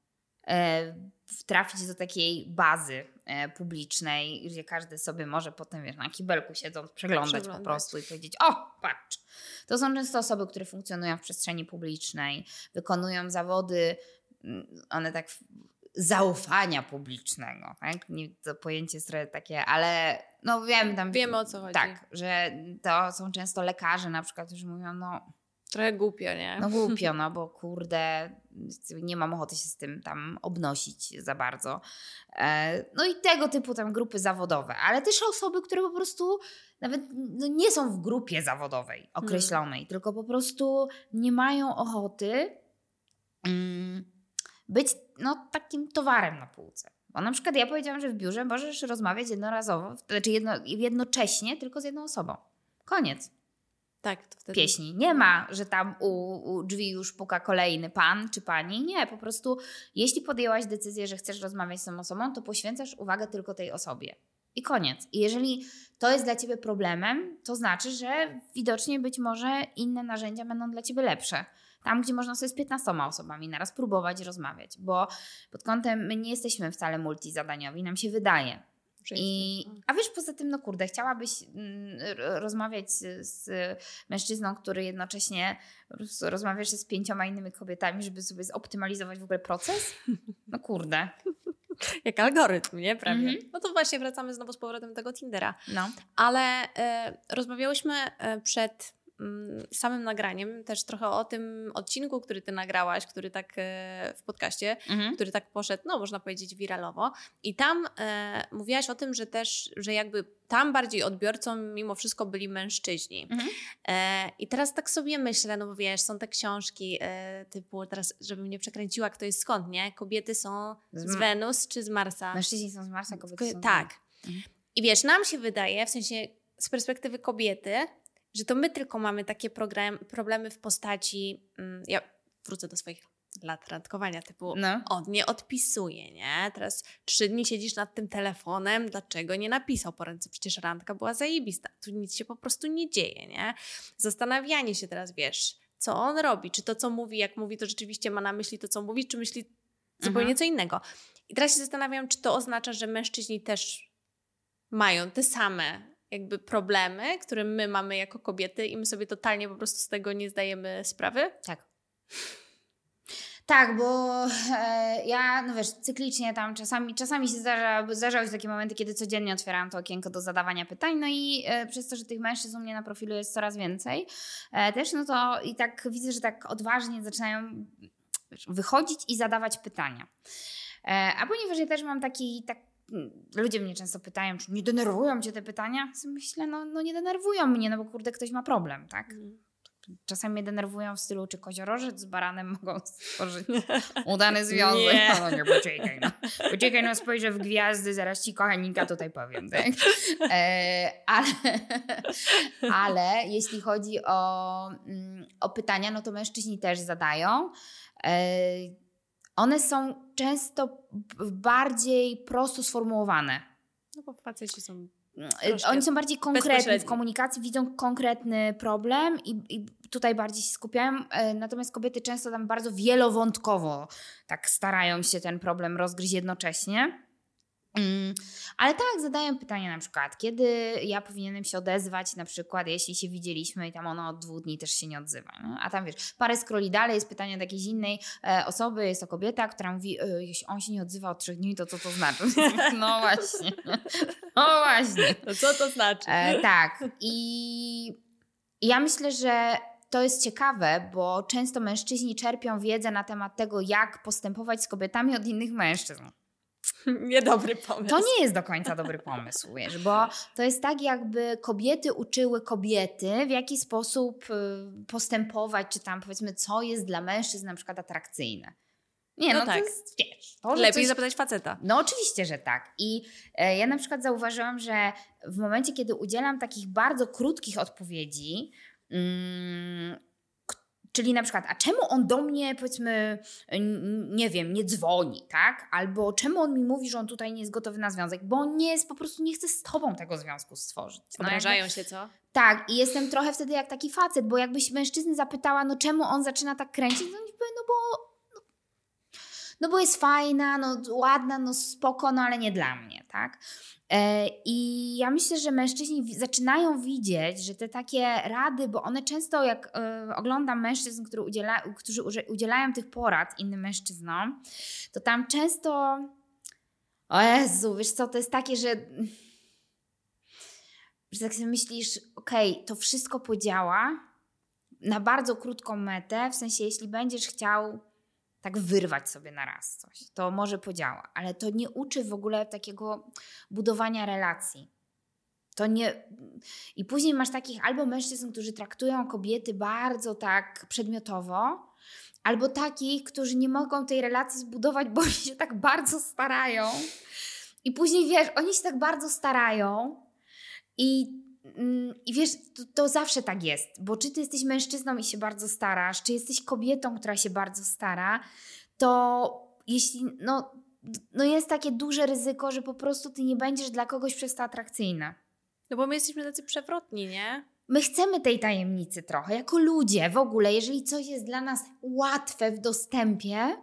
e, trafić do takiej bazy e, publicznej, gdzie każdy sobie może potem, wiesz, na kibelku siedząc, przeglądać, przeglądać po prostu i powiedzieć, o, patrz. To są często osoby, które funkcjonują w przestrzeni publicznej, wykonują zawody, one tak zaufania publicznego, tak? Nie, to pojęcie jest trochę takie, ale no wiem tam... Wiemy, o co chodzi. Tak, że to są często lekarze na przykład, którzy mówią, no... Trochę głupio, nie? No głupio, no bo kurde, nie mam ochoty się z tym tam obnosić za bardzo. No i tego typu tam grupy zawodowe, ale też osoby, które po prostu nawet no, nie są w grupie zawodowej określonej, hmm. tylko po prostu nie mają ochoty mm, być no, takim towarem na półce. Bo na przykład ja powiedziałam, że w biurze możesz rozmawiać jednorazowo, znaczy jedno, jednocześnie tylko z jedną osobą. Koniec. Tak, to wtedy... Pieśni. Nie ma, że tam u, u drzwi już puka kolejny pan czy pani. Nie, po prostu jeśli podjęłaś decyzję, że chcesz rozmawiać z tą osobą, to poświęcasz uwagę tylko tej osobie. I koniec. I jeżeli to jest dla ciebie problemem, to znaczy, że widocznie być może inne narzędzia będą dla ciebie lepsze. Tam, gdzie można sobie z piętnastoma osobami naraz próbować rozmawiać, bo pod kątem my nie jesteśmy wcale multizadaniowi, nam się wydaje. I, a wiesz, poza tym, no kurde, chciałabyś mm, rozmawiać z, z mężczyzną, który jednocześnie rozmawiasz z pięcioma innymi kobietami, żeby sobie zoptymalizować w ogóle proces? No kurde. Jak algorytm, nie? Prawie. Mm-hmm. No to właśnie wracamy znowu z powrotem do tego Tindera. No. Ale e, rozmawiałyśmy e, przed samym nagraniem też trochę o tym odcinku, który ty nagrałaś, który tak e, w podcaście, mhm. który tak poszedł, no można powiedzieć wiralowo i tam e, mówiłaś o tym, że też, że jakby tam bardziej odbiorcą mimo wszystko byli mężczyźni. Mhm. E, I teraz tak sobie myślę, no bo wiesz, są te książki e, typu, teraz żebym nie przekręciła kto jest skąd, nie? Kobiety są z, z Wenus czy z Marsa? Mężczyźni są z Marsa, kobiety są z Tak. Mhm. I wiesz, nam się wydaje, w sensie z perspektywy kobiety, że to my tylko mamy takie program, problemy w postaci, mm, ja wrócę do swoich lat randkowania, typu no. on nie odpisuje, nie? Teraz trzy dni siedzisz nad tym telefonem, dlaczego nie napisał po ręce? Przecież randka była zajebista, tu nic się po prostu nie dzieje, nie? Zastanawianie się teraz, wiesz, co on robi, czy to, co mówi, jak mówi, to rzeczywiście ma na myśli to, co mówi, czy myśli zupełnie mhm. co innego. I teraz się zastanawiam, czy to oznacza, że mężczyźni też mają te same jakby problemy, które my mamy jako kobiety i my sobie totalnie po prostu z tego nie zdajemy sprawy? Tak. Tak, bo e, ja, no wiesz, cyklicznie tam czasami, czasami się zdarza, zdarzały się takie momenty, kiedy codziennie otwieram to okienko do zadawania pytań, no i e, przez to, że tych mężczyzn u mnie na profilu jest coraz więcej e, też, no to i tak widzę, że tak odważnie zaczynają wiesz, wychodzić i zadawać pytania. E, a ponieważ ja też mam taki, tak ludzie mnie często pytają, czy nie denerwują cię te pytania? Myślę, no, no nie denerwują mnie, no bo kurde, ktoś ma problem, tak? Mm. Czasami mnie denerwują w stylu, czy koziorożec z baranem mogą stworzyć udany związek. Nie. No, no nie, poczekaj, no. Poczekaj, no spojrzę w gwiazdy, zaraz ci kochaninka tutaj powiem, tak? E, ale, ale jeśli chodzi o, o pytania, no to mężczyźni też zadają. E, One są często bardziej prosto sformułowane. No bo faceci są Oni są bardziej konkretni w komunikacji, widzą konkretny problem i, i tutaj bardziej się skupiają. Natomiast kobiety często tam bardzo wielowątkowo tak starają się ten problem rozgryźć jednocześnie. Mm, ale tak, zadaję pytania na przykład, kiedy ja powinienem się odezwać, na przykład jeśli się widzieliśmy i tam ona od dwóch dni też się nie odzywa. Nie? A tam wiesz, parę scrolli dalej jest pytanie do jakiejś innej e, osoby, jest to kobieta, która mówi, e, jeśli on się nie odzywa od trzech dni, to co to znaczy? No właśnie, no właśnie. To co to znaczy? E, tak i ja myślę, że to jest ciekawe, bo często mężczyźni czerpią wiedzę na temat tego, jak postępować z kobietami od innych mężczyzn. Niedobry pomysł. To nie jest do końca dobry pomysł, wiesz, bo to jest tak, jakby kobiety uczyły kobiety, w jaki sposób postępować, czy tam powiedzmy, co jest dla mężczyzn na przykład atrakcyjne. Nie, no, no tak. To jest, wiesz, to, lepiej coś... zapytać faceta. No oczywiście, że tak. I e, ja na przykład zauważyłam, że w momencie, kiedy udzielam takich bardzo krótkich odpowiedzi, mm, czyli na przykład, a czemu on do mnie, powiedzmy, nie wiem, nie dzwoni, tak? Albo czemu on mi mówi, że on tutaj nie jest gotowy na związek? Bo on nie jest, po prostu nie chce z tobą tego związku stworzyć. No Obrażają jakby... się, co? Tak, i jestem trochę wtedy jak taki facet, bo jakbyś mężczyzny zapytała, no czemu on zaczyna tak kręcić, no oni powie, no bo... No bo jest fajna, no ładna, no spoko, no ale nie dla mnie, tak? I ja myślę, że mężczyźni zaczynają widzieć, że te takie rady, bo one często, jak y, oglądam mężczyzn, którzy, udziela, którzy udzielają tych porad innym mężczyznom, to tam często, o Jezu, wiesz co, to jest takie, że, że tak sobie myślisz, okej, okay, to wszystko podziała na bardzo krótką metę, w sensie jeśli będziesz chciał tak wyrwać sobie na raz coś, to może podziała, ale to nie uczy w ogóle takiego budowania relacji. To nie... I później masz takich albo mężczyzn, którzy traktują kobiety bardzo tak przedmiotowo, albo takich, którzy nie mogą tej relacji zbudować, bo oni się tak bardzo starają. I później wiesz, oni się tak bardzo starają i I wiesz, to, to zawsze tak jest, bo czy ty jesteś mężczyzną i się bardzo starasz, czy jesteś kobietą, która się bardzo stara, to jeśli, no, no jest takie duże ryzyko, że po prostu ty nie będziesz dla kogoś przez to atrakcyjna. No bo my jesteśmy tacy przewrotni, nie? My chcemy tej tajemnicy trochę, jako ludzie w ogóle, jeżeli coś jest dla nas łatwe w dostępie,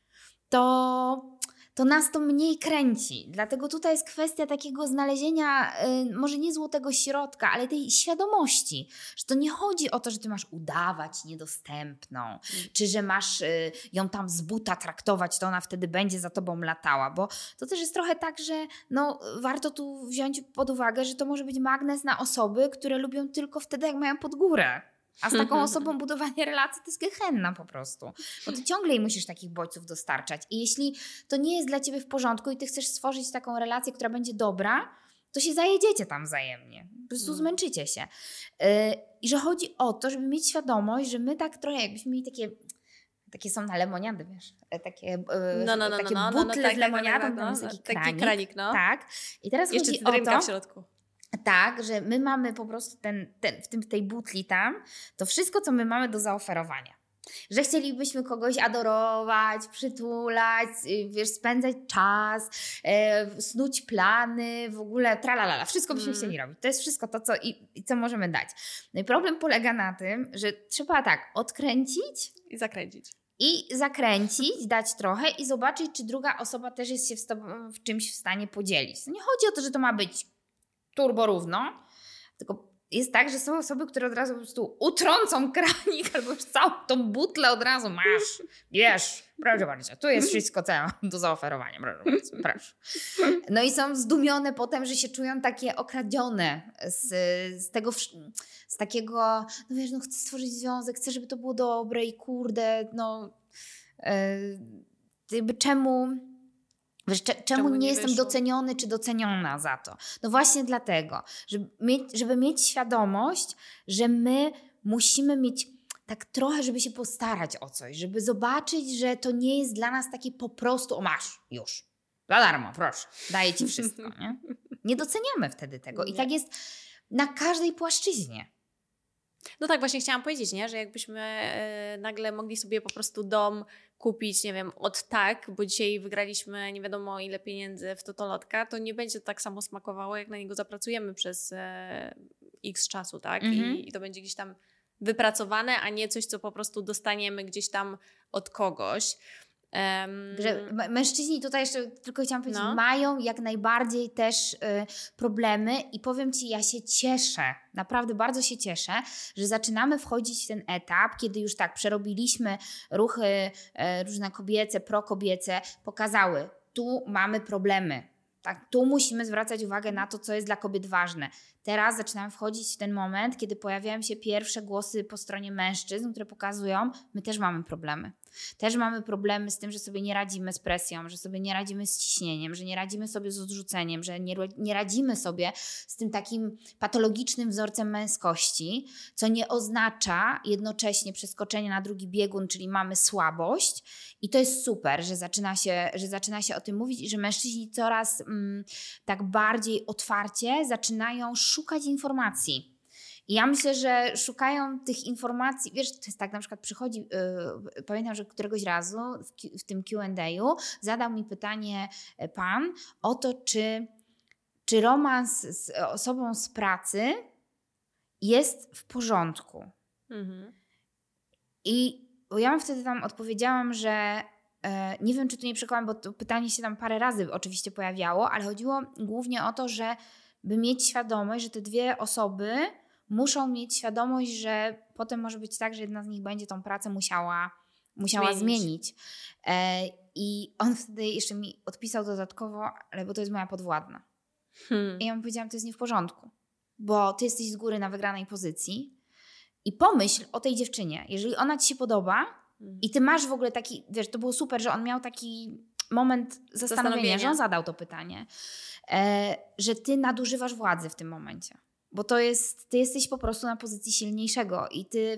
to... to nas to mniej kręci. Dlatego tutaj jest kwestia takiego znalezienia, y, może nie złotego środka, ale tej świadomości, że to nie chodzi o to, że ty masz udawać niedostępną, mm. czy że masz y, ją tam z buta traktować, to ona wtedy będzie za tobą latała, bo to też jest trochę tak, że no, warto tu wziąć pod uwagę, że to może być magnes na osoby, które lubią tylko wtedy, jak mają pod górę. A z taką osobą budowanie relacji to jest gehenna po prostu. Bo ty ciągle jej musisz takich bodźców dostarczać. I jeśli to nie jest dla ciebie w porządku i ty chcesz stworzyć taką relację, która będzie dobra, to się zajedziecie tam wzajemnie. Po prostu mm. zmęczycie się. Yy, I że chodzi o to, żeby mieć świadomość, że my tak trochę jakbyśmy mieli takie... Takie są na lemoniady, wiesz, takie, yy, no, no, no, takie no, no, butle no, no, tak, z lemoniadą, tak, tak, tam no, jest taki taki kranik. kranik no. Tak. I teraz jeszcze chodzi o to... w środku. Tak, że my mamy po prostu ten, ten, w, tym, w tej butli tam to wszystko, co my mamy do zaoferowania. Że chcielibyśmy kogoś adorować, przytulać, wiesz, spędzać czas, e, snuć plany, w ogóle tralalala. Wszystko byśmy mm. chcieli robić. To jest wszystko to, co, i, i co możemy dać. No i problem polega na tym, że trzeba tak odkręcić i zakręcić. I zakręcić, dać trochę i zobaczyć, czy druga osoba też jest się w, tobą, w czymś w stanie podzielić. No nie chodzi o to, że to ma być turbo równo, tylko jest tak, że są osoby, które od razu po prostu utrącą kranik albo już całą tą butlę od razu masz, wiesz, proszę bardzo, tu jest wszystko, co ja mam do zaoferowania, proszę bardzo, proszę. No i są zdumione potem, że się czują takie okradzione z, z tego, z takiego, no wiesz, no chcę stworzyć związek, chcę, żeby to było dobre i kurde, no yy, czemu... Wiesz, czemu, czemu nie, nie jestem wyszło? doceniony czy doceniona za to? No właśnie dlatego, żeby mieć, żeby mieć świadomość, że my musimy mieć tak trochę, żeby się postarać o coś, żeby zobaczyć, że to nie jest dla nas takie po prostu, o masz, już, za darmo, proszę, daję ci wszystko. Nie, nie doceniamy wtedy tego nie. I tak jest na każdej płaszczyźnie. No tak, właśnie chciałam powiedzieć, nie? Że jakbyśmy e, nagle mogli sobie po prostu dom kupić, nie wiem, od tak, bo dzisiaj wygraliśmy nie wiadomo ile pieniędzy w totolotka, to nie będzie to tak samo smakowało, jak na niego zapracujemy przez e, x czasu, tak? Mm-hmm. I, I to będzie gdzieś tam wypracowane, a nie coś, co po prostu dostaniemy gdzieś tam od kogoś. Um, że mężczyźni tutaj jeszcze tylko chciałam powiedzieć, no. mają jak najbardziej też y, problemy i powiem Ci, ja się cieszę, naprawdę bardzo się cieszę, że zaczynamy wchodzić w ten etap, kiedy już tak przerobiliśmy ruchy y, różne kobiece, prokobiece, pokazały, tu mamy problemy. Tak, tu musimy zwracać uwagę na to, co jest dla kobiet ważne. Teraz zaczynamy wchodzić w ten moment, kiedy pojawiają się pierwsze głosy po stronie mężczyzn, które pokazują, my też mamy problemy. Też mamy problemy z tym, że sobie nie radzimy z presją, że sobie nie radzimy z ciśnieniem, że nie radzimy sobie z odrzuceniem, że nie, nie radzimy sobie z tym takim patologicznym wzorcem męskości, co nie oznacza jednocześnie przeskoczenia na drugi biegun, czyli mamy słabość. I to jest super, że zaczyna się, że zaczyna się o tym mówić i że mężczyźni coraz mm, tak bardziej otwarcie zaczynają szukać informacji. I ja myślę, że szukają tych informacji, wiesz, to jest tak, na przykład przychodzi, yy, pamiętam, że któregoś razu w, w tym Q and A zadał mi pytanie pan o to, czy, czy romans z osobą z pracy jest w porządku. Mhm. I bo ja wtedy tam odpowiedziałam, że e, nie wiem, czy tu nie przekonałam, bo to pytanie się tam parę razy oczywiście pojawiało, ale chodziło głównie o to, że by mieć świadomość, że te dwie osoby muszą mieć świadomość, że potem może być tak, że jedna z nich będzie tą pracę musiała, musiała zmienić. zmienić. E, I on wtedy jeszcze mi odpisał dodatkowo, ale bo to jest moja podwładna. Hmm. I ja mu powiedziałam, to jest nie w porządku, bo ty jesteś z góry na wygranej pozycji i pomyśl o tej dziewczynie. Jeżeli ona ci się podoba hmm. i ty masz w ogóle taki, wiesz, to było super, że on miał taki moment zastanowienia, zastanowienia. że on zadał to pytanie, e, że ty nadużywasz władzy w tym momencie. Bo to jest, ty jesteś po prostu na pozycji silniejszego i ty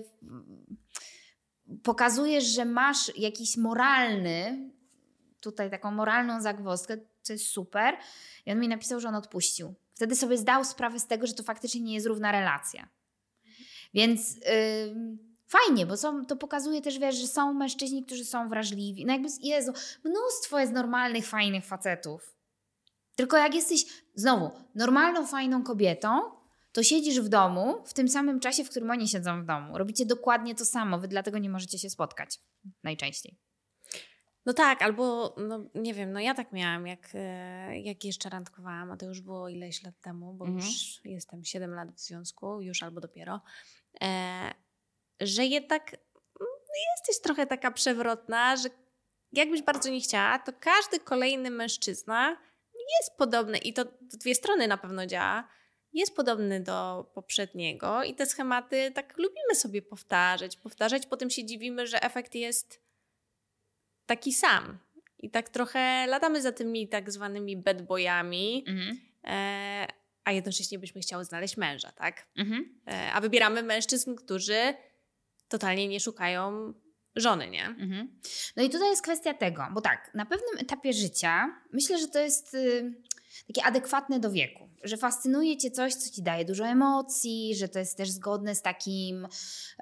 pokazujesz, że masz jakiś moralny, tutaj taką moralną zagwozdkę, co jest super. I on mi napisał, że on odpuścił. Wtedy sobie zdał sprawę z tego, że to faktycznie nie jest równa relacja. Więc yy, fajnie, bo są, to pokazuje też, wiesz, że są mężczyźni, którzy są wrażliwi. No jakby, Jezu, mnóstwo jest normalnych, fajnych facetów. Tylko jak jesteś, znowu, normalną, fajną kobietą, to siedzisz w domu w tym samym czasie, w którym oni siedzą w domu. Robicie dokładnie to samo, wy dlatego nie możecie się spotkać najczęściej. No tak, albo no nie wiem, no ja tak miałam, jak, jak jeszcze randkowałam, a to już było ileś lat temu, bo mhm. już jestem siedem lat w związku, już albo dopiero, e, że jednak jesteś trochę taka przewrotna, że jakbyś bardzo nie chciała, to każdy kolejny mężczyzna jest podobny i to w dwie strony na pewno działa, jest podobny do poprzedniego i te schematy tak lubimy sobie powtarzać, powtarzać, potem się dziwimy, że efekt jest taki sam. I tak trochę latamy za tymi tak zwanymi bad boyami, mhm. e, a jednocześnie byśmy chciały znaleźć męża, tak? Mhm. E, a wybieramy mężczyzn, którzy totalnie nie szukają żony, nie? Mhm. No i tutaj jest kwestia tego, bo tak, na pewnym etapie życia myślę, że to jest y, takie adekwatne do wieku, że fascynuje cię coś, co ci daje dużo emocji, że to jest też zgodne z takim, y,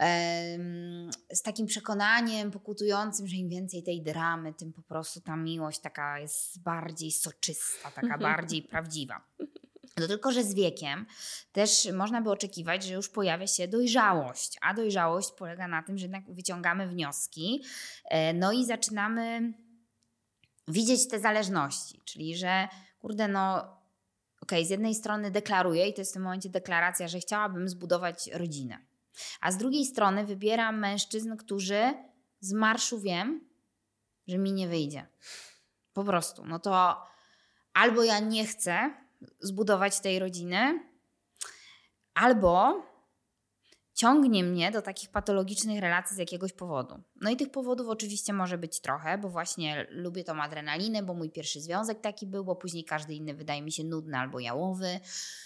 z takim przekonaniem pokutującym, że im więcej tej dramy, tym po prostu ta miłość taka jest bardziej soczysta, taka bardziej prawdziwa. No tylko, że z wiekiem też można by oczekiwać, że już pojawia się dojrzałość, a dojrzałość polega na tym, że jednak wyciągamy wnioski, no i zaczynamy widzieć te zależności, czyli że kurde no okej, okay, z jednej strony deklaruję i to jest w tym momencie deklaracja, że chciałabym zbudować rodzinę, a z drugiej strony wybieram mężczyzn, którzy z marszu wiem, że mi nie wyjdzie. Po prostu, no to albo ja nie chcę zbudować tej rodziny, albo ciągnie mnie do takich patologicznych relacji z jakiegoś powodu. No i tych powodów oczywiście może być trochę, bo właśnie lubię tą adrenalinę, bo mój pierwszy związek taki był, bo później każdy inny wydaje mi się nudny albo jałowy,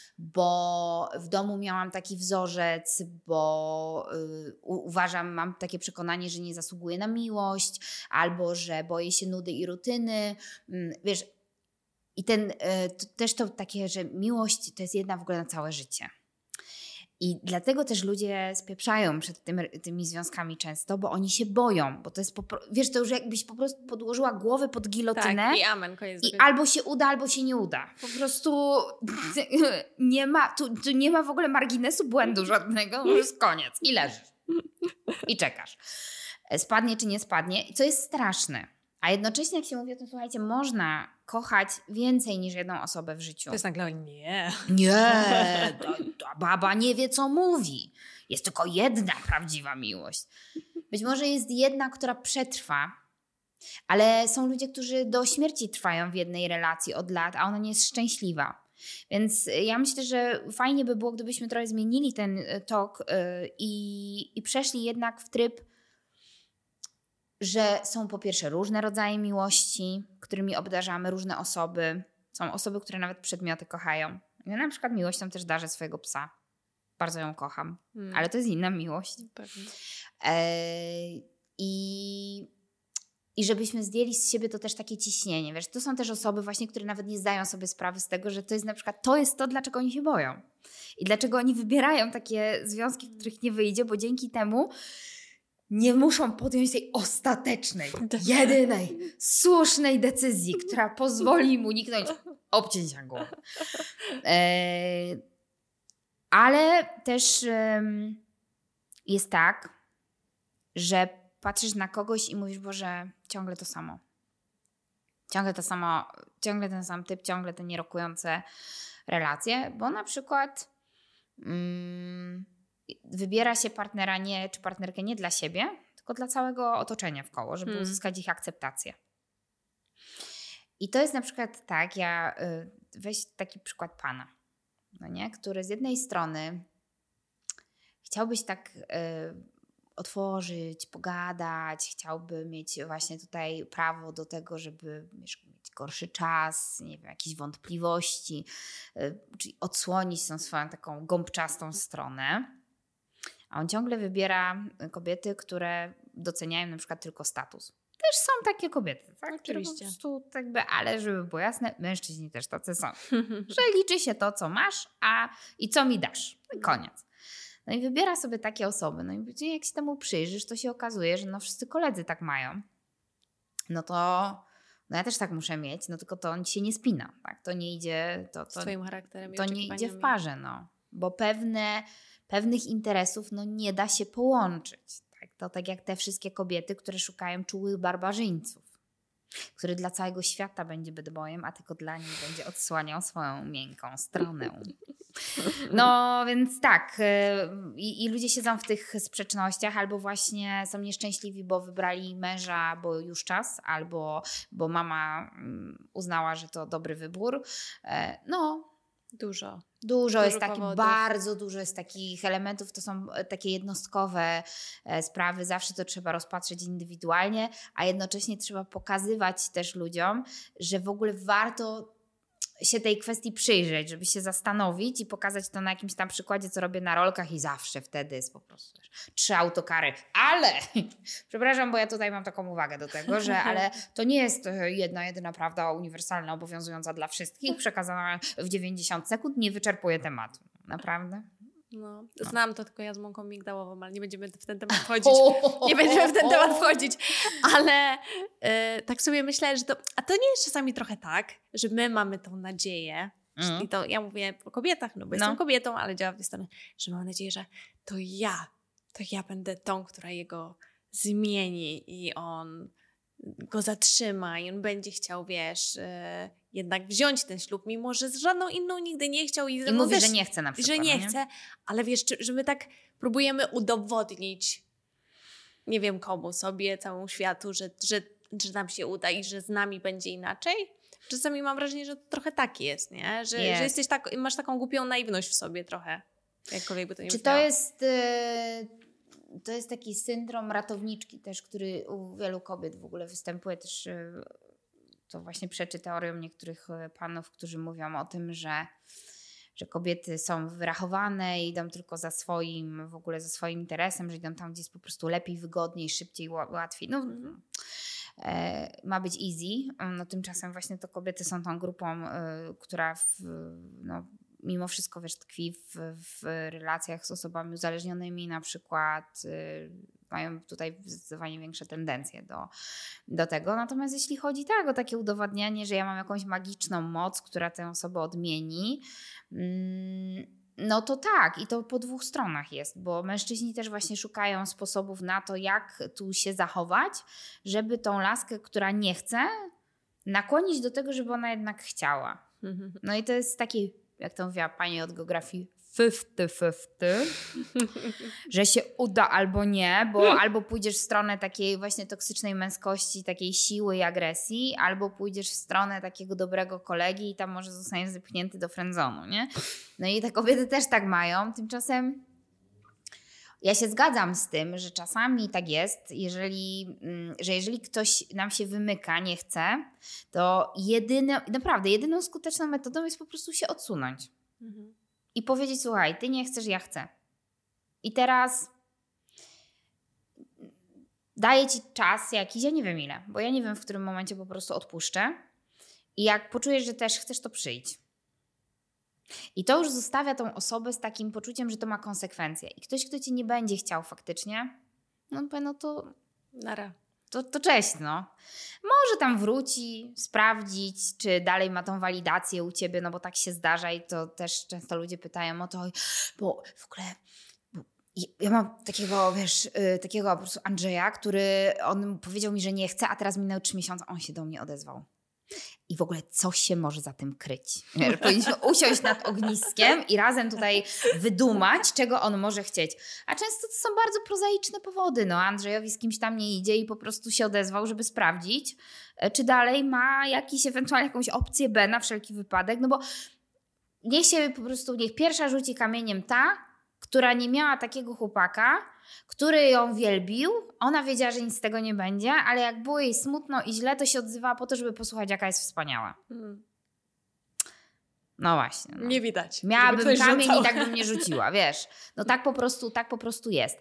bo w domu miałam taki wzorzec, bo yy, uważam, mam takie przekonanie, że nie zasługuję na miłość, albo że boję się nudy i rutyny. Yy, wiesz, I ten, to też to takie, że miłość to jest jedna w ogóle na całe życie. I dlatego też ludzie spieprzają przed tym, tymi związkami często, bo oni się boją, bo to jest, po, wiesz, to już jakbyś po prostu podłożyła głowę pod gilotynę. Tak, i amen, koniec. I albo się uda, albo się nie uda. Po prostu nie ma, tu, tu nie ma w ogóle marginesu błędu żadnego, już jest koniec i leżysz. I czekasz. Spadnie czy nie spadnie, co jest straszne. A jednocześnie, jak się mówi o tym, słuchajcie, można kochać więcej niż jedną osobę w życiu. To jest nagle nie. Nie, ta, ta baba nie wie, co mówi. Jest tylko jedna prawdziwa miłość. Być może jest jedna, która przetrwa, ale są ludzie, którzy do śmierci trwają w jednej relacji od lat, a ona nie jest szczęśliwa. Więc ja myślę, że fajnie by było, gdybyśmy trochę zmienili ten tok yy, i, i przeszli jednak w tryb, że są po pierwsze różne rodzaje miłości, którymi obdarzamy różne osoby. Są osoby, które nawet przedmioty kochają. Ja na przykład miłością też darzę swojego psa. Bardzo ją kocham, hmm. ale to jest inna miłość. Pewnie. E, i, I żebyśmy zdjęli z siebie to też takie ciśnienie. Wiesz, to są też osoby właśnie, które nawet nie zdają sobie sprawy z tego, że to jest na przykład, to jest to, dlaczego oni się boją. I dlaczego oni wybierają takie związki, w których nie wyjdzie, bo dzięki temu nie muszą podjąć tej ostatecznej, jedynej, słusznej decyzji, która pozwoli im uniknąć obcięcia głowy. E, ale też e, jest tak, że patrzysz na kogoś i mówisz, Boże, ciągle to samo. Ciągle to samo, ciągle ten sam typ, ciągle te nierokujące relacje, bo na przykład mm, wybiera się partnera nie, czy partnerkę nie dla siebie, tylko dla całego otoczenia wkoło, żeby hmm. uzyskać ich akceptację. I to jest na przykład tak, ja weź taki przykład pana, no nie? Który z jednej strony chciałbyś tak y, otworzyć, pogadać, chciałby mieć właśnie tutaj prawo do tego, żeby wiesz, mieć gorszy czas, nie wiem, jakieś wątpliwości, y, czyli odsłonić tą swoją taką gąbczastą stronę. A on ciągle wybiera kobiety, które doceniają na przykład tylko status. Też są takie kobiety, tak? Oczywiście. Które po prostu tak by, ale żeby było jasne, mężczyźni też tacy są. Że liczy się to, co masz, a i co mi dasz. I koniec. No i wybiera sobie takie osoby. No i jak się temu przyjrzysz, to się okazuje, że no wszyscy koledzy tak mają. No to no ja też tak muszę mieć, no tylko to on ci się nie spina. Tak? To nie idzie... To, to, Z twoim charakterem i to nie idzie w parze, no. Bo pewne, pewnych interesów no nie da się połączyć. Tak? To tak jak te wszystkie kobiety, które szukają czułych barbarzyńców, który dla całego świata będzie bydbojem, a tylko dla nich będzie odsłaniał swoją miękką stronę. No więc tak, i, i ludzie siedzą w tych sprzecznościach, albo właśnie są nieszczęśliwi, bo wybrali męża, bo już czas, albo bo mama uznała, że to dobry wybór. No, Dużo. Dużo, Dużo jest takich, powodów. bardzo dużo jest takich elementów, to są takie jednostkowe sprawy, zawsze to trzeba rozpatrzeć indywidualnie, a jednocześnie trzeba pokazywać też ludziom, że w ogóle warto się tej kwestii przyjrzeć, żeby się zastanowić i pokazać to na jakimś tam przykładzie, co robię na rolkach i zawsze wtedy jest po prostu wiesz, trzy autokary, ale przepraszam, bo ja tutaj mam taką uwagę do tego, że ale to nie jest jedna, jedyna prawda uniwersalna, obowiązująca dla wszystkich, przekazana w dziewięćdziesiąt sekund, nie wyczerpuje tematu. Naprawdę? No, znam to, tylko ja z mąką migdałową, ale nie będziemy w ten temat wchodzić. Nie będziemy w ten temat wchodzić. Ale y, tak sobie myślę, że to... A to nie jest czasami trochę tak, że my mamy tą nadzieję, mm. i to ja mówię o kobietach, no bo no. jestem kobietą, ale działam w tej stronie, że mam nadzieję, że to ja, to ja będę tą, która jego zmieni i on go zatrzyma i on będzie chciał, wiesz... Y, jednak wziąć ten ślub, mimo że z żadną inną nigdy nie chciał. I, I mówi, też, że nie chce na przykład. Że nie, nie chce, ale wiesz, że my tak próbujemy udowodnić, nie wiem komu, sobie, całemu światu, że, że, że nam się uda i że z nami będzie inaczej. Czasami mam wrażenie, że to trochę tak jest, nie? Że, jest. że jesteś tak, masz taką głupią naiwność w sobie trochę. Jakkolwiek by to nie Czy brzmiało. to jest... Yy... To jest taki syndrom ratowniczki też, który u wielu kobiet w ogóle występuje też... To właśnie przeczy teorią niektórych panów, którzy mówią o tym, że, że kobiety są wyrachowane i idą tylko za swoim, w ogóle za swoim interesem, że idą tam, gdzie jest po prostu lepiej, wygodniej, szybciej, łatwiej. No, e, ma być easy. No, tymczasem właśnie to kobiety są tą grupą, e, która w, no, mimo wszystko wiesz, tkwi w, w relacjach z osobami uzależnionymi, na przykład y, mają tutaj zdecydowanie większe tendencje do, do tego. Natomiast jeśli chodzi tak o takie udowadnianie, że ja mam jakąś magiczną moc, która tę osobę odmieni, mm, no to tak i to po dwóch stronach jest, bo mężczyźni też właśnie szukają sposobów na to, jak tu się zachować, żeby tą laskę, która nie chce, nakłonić do tego, żeby ona jednak chciała. No i to jest taki, jak to mówiła pani od geografii, fifty fifty, że się uda albo nie, bo albo pójdziesz w stronę takiej właśnie toksycznej męskości, takiej siły i agresji, albo pójdziesz w stronę takiego dobrego kolegi i tam może zostaniesz zepchnięty do friendzonu, nie? No i te kobiety też tak mają. Tymczasem ja się zgadzam z tym, że czasami tak jest, jeżeli, że jeżeli ktoś nam się wymyka, nie chce, to jedyne, naprawdę jedyną skuteczną metodą jest po prostu się odsunąć. Mhm. I powiedzieć, słuchaj, ty nie chcesz, ja chcę. I teraz daję ci czas jakiś, ja nie wiem ile, bo ja nie wiem, w którym momencie po prostu odpuszczę. I jak poczujesz, że też chcesz, to przyjdź. I to już zostawia tą osobę z takim poczuciem, że to ma konsekwencje. I ktoś, kto cię nie będzie chciał faktycznie, no, no to... Nara. To, to cześć, no. Może tam wróci, sprawdzić, czy dalej ma tą walidację u ciebie, no bo tak się zdarza i to też często ludzie pytają o to, bo w ogóle bo ja mam takiego, wiesz, yy, takiego po prostu Andrzeja, który on powiedział mi, że nie chce, a teraz minęły trzy miesiące, on się do mnie odezwał. I w ogóle coś się może za tym kryć. Powinniśmy usiąść nad ogniskiem i razem tutaj wydumać, czego on może chcieć. A często to są bardzo prozaiczne powody. No, Andrzejowi z kimś tam nie idzie i po prostu się odezwał, żeby sprawdzić, czy dalej ma jakiś, ewentualnie jakąś opcję B na wszelki wypadek. No bo niech się po prostu, niech pierwsza rzuci kamieniem ta, która nie miała takiego chłopaka, który ją wielbił. Ona wiedziała, że nic z tego nie będzie, ale jak było jej smutno i źle, to się odzywała po to, żeby posłuchać, jaka jest wspaniała. Hmm. No właśnie. No. Nie widać. Miałabym kamień rzucał. I tak bym nie rzuciła, wiesz. No tak po prostu, tak po prostu jest.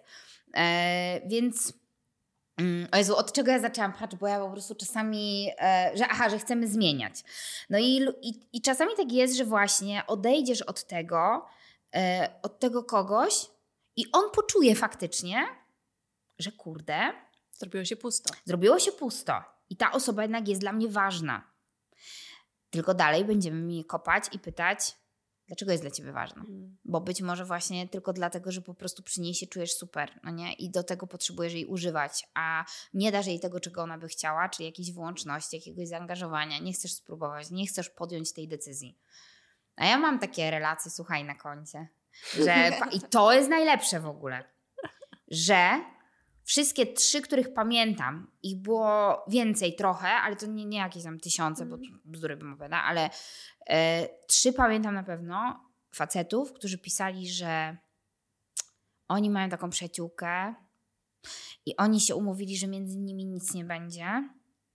E, więc... Mm, o Jezu, od czego ja zaczęłam patrzeć, bo ja po prostu czasami, e, że aha, że chcemy zmieniać. No i, i, i czasami tak jest, że właśnie odejdziesz od tego, e, od tego kogoś, i on poczuje faktycznie, że kurde... Zrobiło się pusto. Zrobiło się pusto. I ta osoba jednak jest dla mnie ważna. Tylko dalej będziemy mi kopać i pytać, dlaczego jest dla ciebie ważna. Mm. Bo być może właśnie tylko dlatego, że po prostu przy niej się czujesz super, no nie? I do tego potrzebujesz jej używać, a nie dasz jej tego, czego ona by chciała, czyli jakiejś włączności, jakiegoś zaangażowania. Nie chcesz spróbować, nie chcesz podjąć tej decyzji. A ja mam takie relacje, słuchaj, na koncie. Że, i to jest najlepsze w ogóle, że wszystkie trzy, których pamiętam, ich było więcej trochę, ale to nie, nie jakieś tam tysiące, mm. bo bzdury bym opowiadała, ale e, trzy pamiętam na pewno facetów, którzy pisali, że oni mają taką przyjaciółkę i oni się umówili, że między nimi nic nie będzie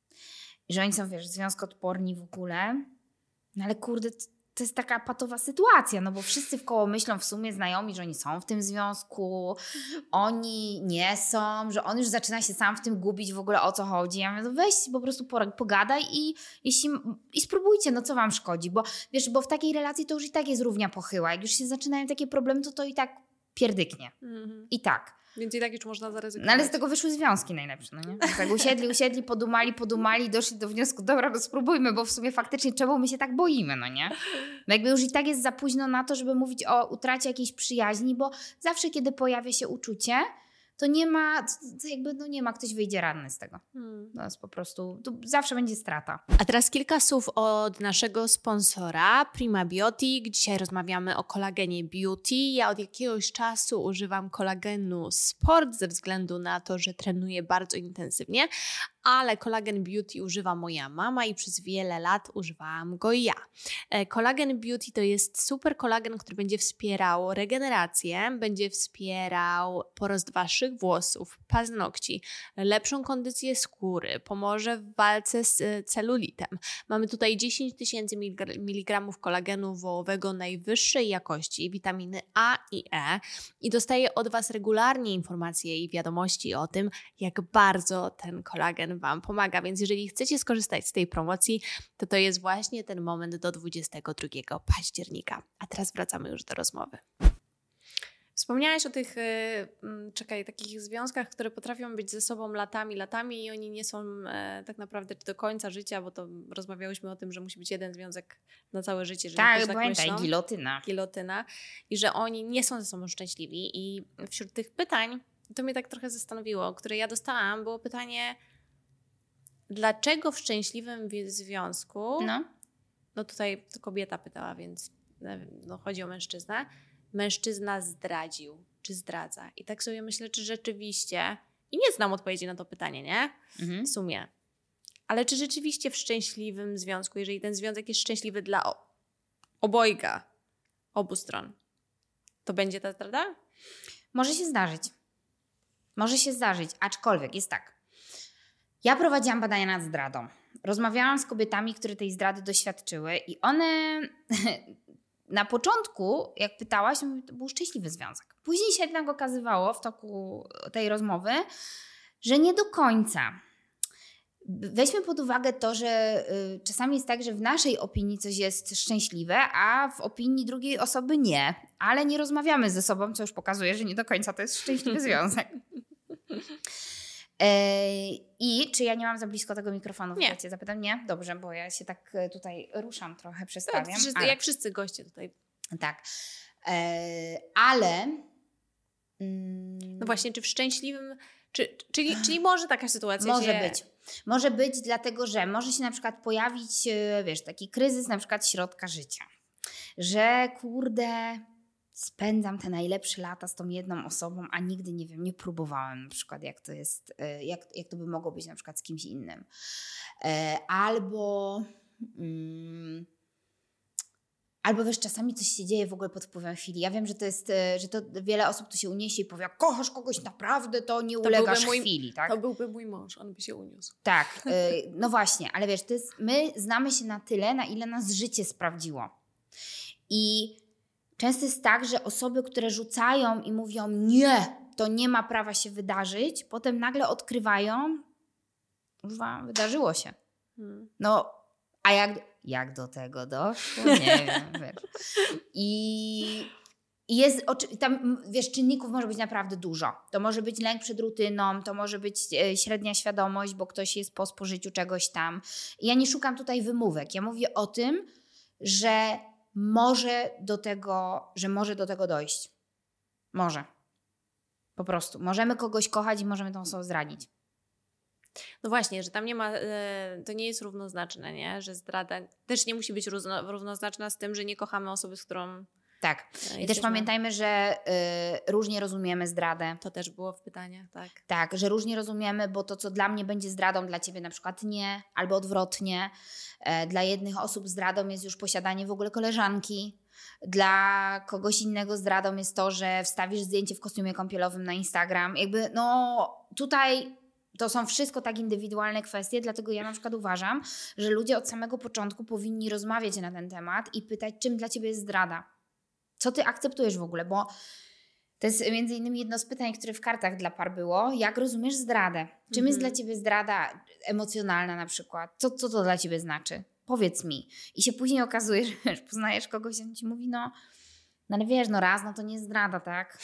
i że oni są, wiesz, związkoodporni w ogóle, no ale kurde... To jest taka patowa sytuacja, no bo wszyscy wkoło myślą w sumie znajomi, że oni są w tym związku, oni nie są, że on już zaczyna się sam w tym gubić w ogóle o co chodzi. Ja mówię, no weź po prostu pogadaj i, jeśli, i spróbujcie, no co wam szkodzi, bo wiesz, bo w takiej relacji to już i tak jest równia pochyła. Jak już się zaczynają takie problemy, to to i tak pierdyknie. Mhm. I tak. Więc i tak już można zaryzykować. No ale z tego wyszły związki najlepsze, no nie? Tak usiedli, usiedli, podumali, podumali, doszli do wniosku, dobra, no spróbujmy, bo w sumie faktycznie czemu my się tak boimy, no nie? No jakby już i tak jest za późno na to, żeby mówić o utracie jakiejś przyjaźni, bo zawsze, kiedy pojawia się uczucie, to nie ma, to jakby no nie ma, ktoś wyjdzie ranny z tego. Hmm. To jest po prostu, to zawsze będzie strata. A teraz kilka słów od naszego sponsora Prima Biotic. Dzisiaj rozmawiamy o kolagenie Beauty. Ja od jakiegoś czasu używam kolagenu Sport ze względu na to, że trenuję bardzo intensywnie, ale kolagen Beauty używa moja mama i przez wiele lat używałam go ja. Kolagen Beauty to jest super kolagen, który będzie wspierał regenerację, będzie wspierał porost waszych włosów, paznokci, lepszą kondycję skóry, pomoże w walce z celulitem. Mamy tutaj dziesięć tysięcy miligramów kolagenu wołowego najwyższej jakości, witaminy A i E i dostaję od was regularnie informacje i wiadomości o tym, jak bardzo ten kolagen wam pomaga, więc jeżeli chcecie skorzystać z tej promocji, to to jest właśnie ten moment do dwudziestego drugiego października. A teraz wracamy już do rozmowy. Wspomniałaś o tych, yy, czekaj, takich związkach, które potrafią być ze sobą latami, latami i oni nie są yy, tak naprawdę do końca życia, bo to rozmawiałyśmy o tym, że musi być jeden związek na całe życie. Że Tak, tak pamiętaj, myślą, gilotyna. gilotyna. I że oni nie są ze sobą szczęśliwi. I wśród tych pytań, to mnie tak trochę zastanowiło, które ja dostałam, było pytanie, dlaczego w szczęśliwym związku, No. no tutaj to kobieta pytała, więc no, chodzi o mężczyznę, mężczyzna zdradził, czy zdradza. I tak sobie myślę, czy rzeczywiście, i nie znam odpowiedzi na to pytanie, nie? Mhm. W sumie. Ale czy rzeczywiście w szczęśliwym związku, jeżeli ten związek jest szczęśliwy dla o- obojga, obu stron, to będzie ta zdrada? Może się zdarzyć. Może się zdarzyć, aczkolwiek jest tak. Ja prowadziłam badania nad zdradą. Rozmawiałam z kobietami, które tej zdrady doświadczyły i one na początku, jak pytałaś, to był szczęśliwy związek. Później się jednak okazywało w toku tej rozmowy, że nie do końca. Weźmy pod uwagę to, że y, czasami jest tak, że w naszej opinii coś jest szczęśliwe, a w opinii drugiej osoby nie. Ale nie rozmawiamy ze sobą, co już pokazuje, że nie do końca to jest szczęśliwy związek. I czy ja nie mam za blisko tego mikrofonu? Nie. Cię zapytam? Nie? Dobrze, bo ja się tak tutaj ruszam trochę, przestawiam. No, wszyscy, ale... Jak wszyscy goście tutaj. Tak. E, ale... Mm, no właśnie, czy w szczęśliwym... Czy, czyli, czyli może taka sytuacja Może się... być. Może być dlatego, że może się na przykład pojawić, wiesz, taki kryzys na przykład środka życia. Że kurde... spędzam te najlepsze lata z tą jedną osobą, a nigdy, nie wiem, nie próbowałem na przykład, jak to jest, jak, jak to by mogło być na przykład z kimś innym. Albo, mm, albo wiesz, czasami coś się dzieje w ogóle pod wpływem chwili. Ja wiem, że to jest, że to wiele osób tu się uniesie i powie, jak kochasz kogoś naprawdę, to nie to ulegasz mój, chwili, tak? To byłby mój mąż, on by się uniósł. Tak, no właśnie, ale wiesz, to jest, my znamy się na tyle, na ile nas życie sprawdziło. I często jest tak, że osoby, które rzucają i mówią nie, to nie ma prawa się wydarzyć, potem nagle odkrywają, że wydarzyło się. Hmm. No, a jak, jak do tego doszło? Nie wiem, wiesz. I, i jest, tam, wiesz, czynników może być naprawdę dużo. To może być lęk przed rutyną, to może być średnia świadomość, bo ktoś jest po spożyciu czegoś tam. I ja nie szukam tutaj wymówek. Ja mówię o tym, że może do tego, że może do tego dojść. Może. Po prostu. Możemy kogoś kochać i możemy tą osobę zranić. No właśnie, że tam nie ma, to nie jest równoznaczne, nie? Że zdrada też nie musi być równoznaczna z tym, że nie kochamy osoby, z którą... Tak. I też pamiętajmy, że y, różnie rozumiemy zdradę. To też było w pytaniach, tak. Tak, że różnie rozumiemy, bo to, co dla mnie będzie zdradą, dla ciebie na przykład nie, albo odwrotnie. E, dla jednych osób zdradą jest już posiadanie w ogóle koleżanki. Dla kogoś innego zdradą jest to, że wstawisz zdjęcie w kostiumie kąpielowym na Instagram. Jakby, no tutaj to są wszystko tak indywidualne kwestie, dlatego ja na przykład uważam, że ludzie od samego początku powinni rozmawiać na ten temat i pytać, czym dla ciebie jest zdrada. Co ty akceptujesz w ogóle? Bo to jest między innymi jedno z pytań, które w kartach dla par było. Jak rozumiesz zdradę? Czym mm-hmm. jest dla ciebie zdrada emocjonalna na przykład? Co, co to dla ciebie znaczy? Powiedz mi. I się później okazuje, że wiesz, poznajesz kogoś i on ci mówi, no, no ale wiesz, no raz, no to nie jest zdrada, tak?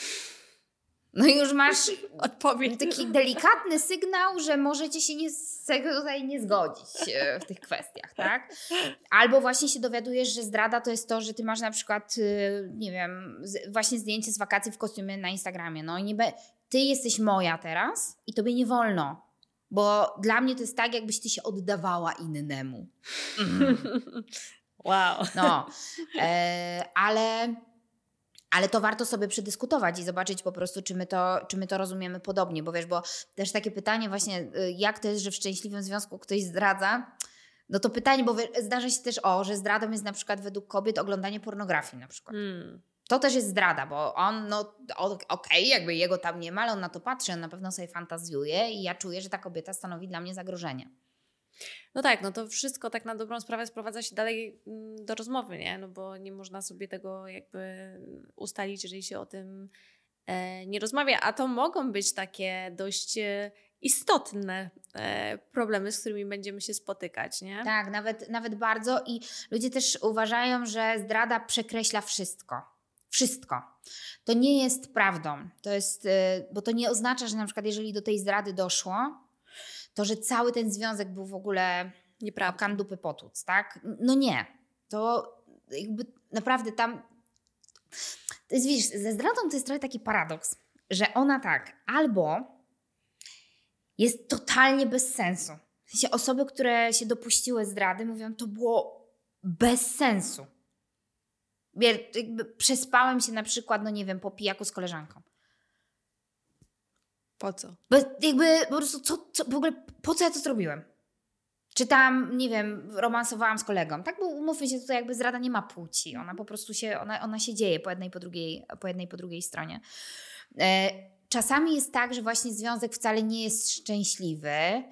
No i już masz odpowiedź. Taki delikatny sygnał, że możecie się nie, tutaj nie zgodzić w tych kwestiach, tak? Albo właśnie się dowiadujesz, że zdrada to jest to, że ty masz na przykład, nie wiem, właśnie zdjęcie z wakacji w kostiumie na Instagramie. No i nie be... ty jesteś moja teraz i tobie nie wolno. Bo dla mnie to jest tak, jakbyś ty się oddawała innemu. Mm. Wow. No, e, ale... Ale to warto sobie przedyskutować i zobaczyć po prostu, czy my, to, czy my to rozumiemy podobnie. Bo wiesz, bo też takie pytanie właśnie, jak to jest, że w szczęśliwym związku ktoś zdradza? No to pytanie, bo zdarza się też o, że zdradą jest na przykład według kobiet oglądanie pornografii na przykład. Hmm. To też jest zdrada, bo on, no okej, okay, jakby jego tam nie ma, ale on na to patrzy, on na pewno sobie fantazjuje i ja czuję, że ta kobieta stanowi dla mnie zagrożenie. No tak, no to wszystko tak na dobrą sprawę sprowadza się dalej do rozmowy, nie? No bo nie można sobie tego jakby ustalić, jeżeli się o tym e, nie rozmawia. A to mogą być takie dość e, istotne e, problemy, z którymi będziemy się spotykać, nie? Tak, nawet, nawet bardzo. I ludzie też uważają, że zdrada przekreśla wszystko. Wszystko. To nie jest prawdą. To jest, bo to nie oznacza, że na przykład jeżeli do tej zdrady doszło, to że cały ten związek był w ogóle nieprawda. Kandupy potłuc, tak? No nie. To jakby naprawdę tam... To jest, widzisz, ze zdradą to jest trochę taki paradoks, że ona tak, albo jest totalnie bez sensu. W sensie osoby, które się dopuściły zdrady, mówią, to było bez sensu. Jakby przespałem się na przykład, no nie wiem, po pijaku z koleżanką. Po co? Bo jakby po prostu, co, co, w ogóle po co ja to zrobiłem? Czy tam, nie wiem, romansowałam z kolegą. Tak, bo umówmy się, tutaj jakby zdrada nie ma płci. Ona po prostu się, ona, ona się dzieje po jednej, po drugiej, po jednej, po drugiej stronie. E, czasami jest tak, że właśnie związek wcale nie jest szczęśliwy,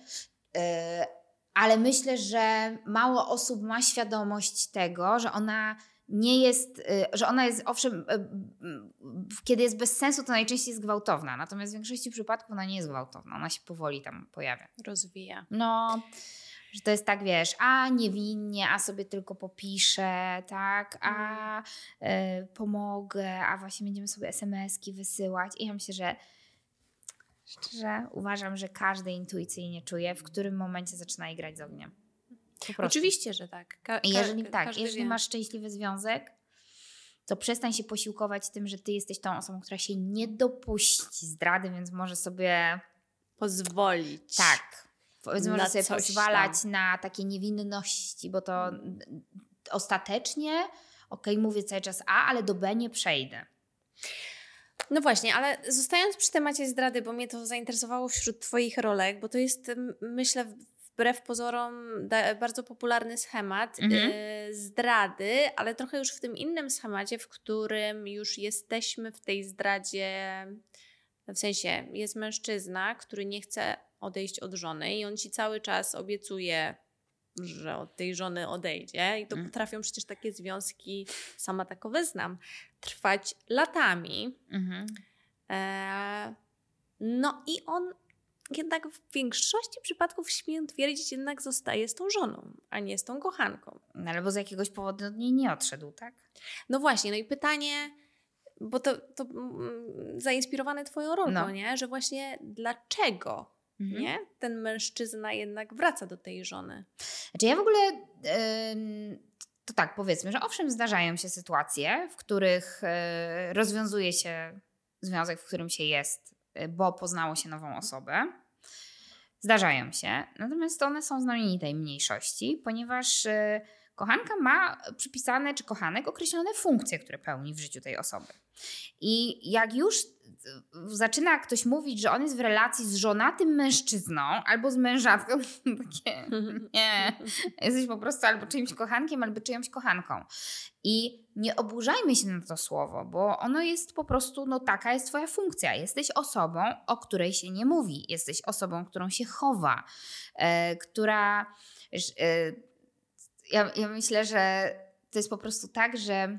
e, ale myślę, że mało osób ma świadomość tego, że ona nie jest, że ona jest, owszem, kiedy jest bez sensu, to najczęściej jest gwałtowna. Natomiast w większości przypadków ona nie jest gwałtowna. Ona się powoli tam pojawia. Rozwija. No, że to jest tak, wiesz, a niewinnie, a sobie tylko popiszę, tak, a y, pomogę, a właśnie będziemy sobie es em eski wysyłać. I ja myślę, że szczerze uważam, że każdy intuicyjnie czuje, w którym momencie zaczyna grać z ogniem. Oczywiście, że tak. Ka- I jeżeli ka- tak, jeżeli wie. masz szczęśliwy związek, to przestań się posiłkować tym, że ty jesteś tą osobą, która się nie dopuści zdrady, więc może sobie pozwolić. Tak. Więc może sobie pozwalać tam. na takie niewinności, bo to hmm. ostatecznie, okej, okay, mówię cały czas A, ale do B nie przejdę. No właśnie, ale zostając przy temacie zdrady, bo mnie to zainteresowało wśród twoich rolek, bo to jest, myślę, wbrew pozorom bardzo popularny schemat mhm. y, zdrady, ale trochę już w tym innym schemacie, w którym już jesteśmy w tej zdradzie, w sensie jest mężczyzna, który nie chce odejść od żony i on ci cały czas obiecuje, że od tej żony odejdzie i to mhm. potrafią przecież takie związki, sama takowe znam, trwać latami. Mhm. E, no i on jednak w większości przypadków, śmiem twierdzić, jednak zostaje z tą żoną, a nie z tą kochanką. No albo z jakiegoś powodu od niej nie odszedł, tak? No właśnie, no i pytanie, bo to, to mm, zainspirowane twoją rolą, no. nie? Że właśnie dlaczego mhm. nie? ten mężczyzna jednak wraca do tej żony? Znaczy ja w ogóle... Yy... To tak, powiedzmy, że owszem, zdarzają się sytuacje, w których yy, rozwiązuje się związek, w którym się jest, yy, bo poznało się nową osobę. Zdarzają się, natomiast one są znamienitej mniejszości, ponieważ yy, kochanka ma przypisane, czy kochanek, określone funkcje, które pełni w życiu tej osoby. I jak już zaczyna ktoś mówić, że on jest w relacji z żonatym mężczyzną albo z mężatką, takie nie, jesteś po prostu albo czyimś kochankiem, albo czyjąś kochanką. I nie oburzajmy się na to słowo, bo ono jest po prostu, no taka jest twoja funkcja. Jesteś osobą, o której się nie mówi. Jesteś osobą, którą się chowa, e, która... Wiesz, e, ja, ja myślę, że to jest po prostu tak, że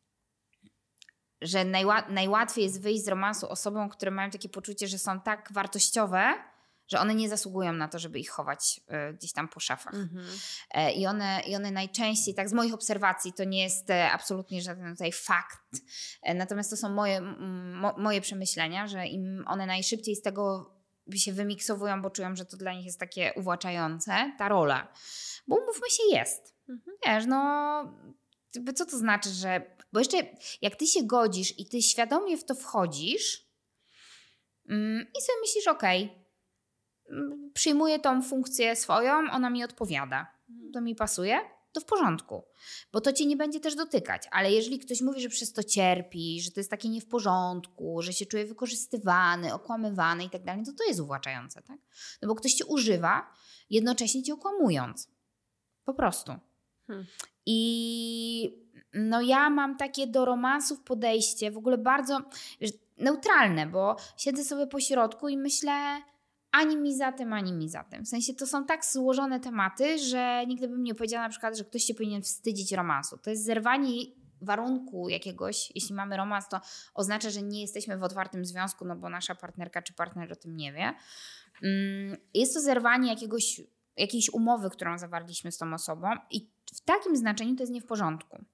że najła- najłatwiej jest wyjść z romansu osobom, które mają takie poczucie, że są tak wartościowe, że one nie zasługują na to, żeby ich chować y, gdzieś tam po szafach. Mm-hmm. Y, I one, i one najczęściej, tak z moich obserwacji, to nie jest y, absolutnie żaden tutaj fakt, y, natomiast to są moje, mo, moje przemyślenia, że im one najszybciej z tego się wymiksowują, bo czują, że to dla nich jest takie uwłaczające, ta rola. Bo umówmy się, jest. Mm-hmm. Wiesz, no... Co to znaczy, że... Bo jeszcze jak ty się godzisz i ty świadomie w to wchodzisz mm, i sobie myślisz, okej, okay, przyjmuję tą funkcję swoją, ona mi odpowiada, to mi pasuje, to w porządku, bo to cię nie będzie też dotykać. Ale jeżeli ktoś mówi, że przez to cierpi, że to jest takie nie w porządku, że się czuje wykorzystywany, okłamywany i tak dalej, to to jest uwłaczające, tak? No bo ktoś cię używa, jednocześnie cię okłamując. Po prostu. Hmm. I no ja mam takie do romansów podejście w ogóle bardzo wiesz, neutralne, bo siedzę sobie po środku i myślę ani mi za tym, ani mi za tym. W sensie to są tak złożone tematy, że nigdy bym nie powiedziała na przykład, że ktoś się powinien wstydzić romansu. To jest zerwanie warunku jakiegoś, jeśli mamy romans, to oznacza, że nie jesteśmy w otwartym związku, no bo nasza partnerka czy partner o tym nie wie. Jest to zerwanie jakiegoś, jakiejś umowy, którą zawarliśmy z tą osobą i w takim znaczeniu to jest nie w porządku.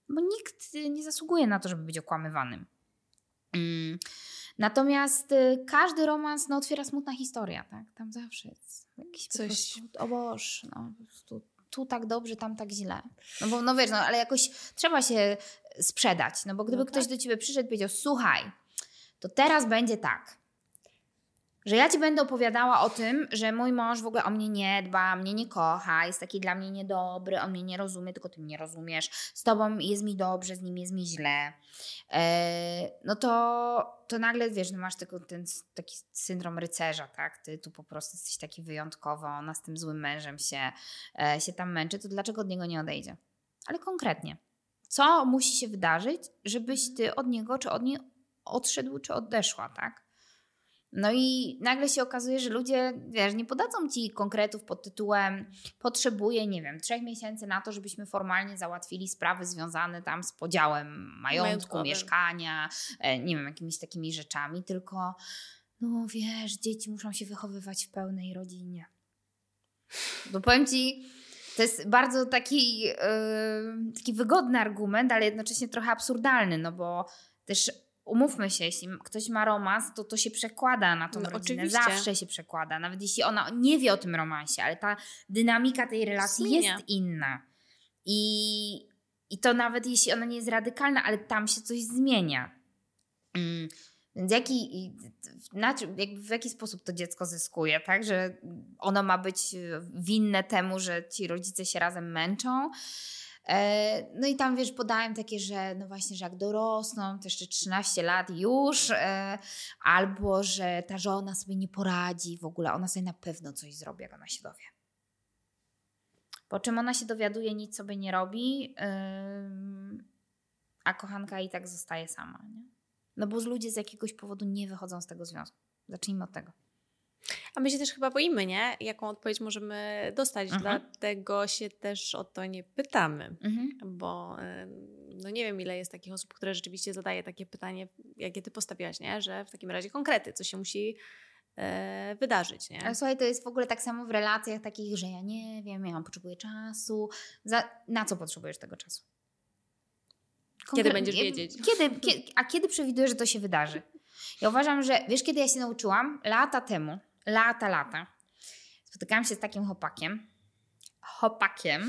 bo nikt nie zasługuje na to, żeby być okłamywanym. Mm. Natomiast y, każdy romans no, otwiera smutna historia, tak? Tam zawsze jest jakiś Coś... po prostu, o Boże, no po prostu tu tak dobrze, tam tak źle. No bo no wiesz, no ale jakoś trzeba się sprzedać, no bo gdyby no ktoś tak. do ciebie przyszedł i powiedział, słuchaj, to teraz będzie tak, że ja ci będę opowiadała o tym, że mój mąż w ogóle o mnie nie dba, mnie nie kocha, jest taki dla mnie niedobry, on mnie nie rozumie, tylko ty mnie rozumiesz, z tobą jest mi dobrze, z nim jest mi źle. Eee, no to, to nagle, wiesz, no masz tylko ten taki syndrom rycerza, tak? Ty tu po prostu jesteś taki wyjątkowy, ona z tym złym mężem się, e, się tam męczy, to dlaczego od niego nie odejdzie? Ale konkretnie, co musi się wydarzyć, żebyś ty od niego, czy od niej odszedł, czy odeszła, tak? No i nagle się okazuje, że ludzie, wiesz, nie podadzą ci konkretów pod tytułem potrzebuję, nie wiem, trzech miesięcy na to, żebyśmy formalnie załatwili sprawy związane tam z podziałem majątku, Majątkowym. mieszkania, nie wiem, jakimiś takimi rzeczami, tylko no wiesz, dzieci muszą się wychowywać w pełnej rodzinie. Bo powiem ci, to jest bardzo taki, yy, taki wygodny argument, ale jednocześnie trochę absurdalny, no bo też umówmy się, jeśli ktoś ma romans, to to się przekłada na tą no, rodzinę. Oczywiście. Zawsze się przekłada. Nawet jeśli ona nie wie o tym romansie, ale ta dynamika tej relacji Zmienia. jest inna. I, I to nawet jeśli ona nie jest radykalna, ale tam się coś zmienia. Mm. Więc jaki, na, jakby w jaki sposób to dziecko zyskuje, tak? Że ono ma być winne temu, że ci rodzice się razem męczą. No i tam, wiesz, podałem takie, że no właśnie, że jak dorosną, to jeszcze trzynaście lat już, albo że ta żona sobie nie poradzi w ogóle, ona sobie na pewno coś zrobi, jak ona się dowie. Po czym ona się dowiaduje, nic sobie nie robi, a kochanka i tak zostaje sama, nie? No bo ludzie z jakiegoś powodu nie wychodzą z tego związku. Zacznijmy od tego. A my się też chyba boimy, nie? Jaką odpowiedź możemy dostać, Mhm. dlatego się też o to nie pytamy, Mhm. bo no nie wiem, ile jest takich osób, które rzeczywiście zadaje takie pytanie, jakie ty postawiłaś, nie? Że w takim razie konkrety, co się musi e, wydarzyć, nie? Ale słuchaj, to jest w ogóle tak samo w relacjach takich, że ja nie wiem, ja potrzebuję czasu. Za, na co potrzebujesz tego czasu? Konkre- Kiedy będziesz wiedzieć? Kiedy, kiedy, a kiedy przewidujesz, że to się wydarzy? Ja uważam, że wiesz, kiedy ja się nauczyłam? Lata temu, lata, lata. Spotykałam się z takim chłopakiem. Chłopakiem.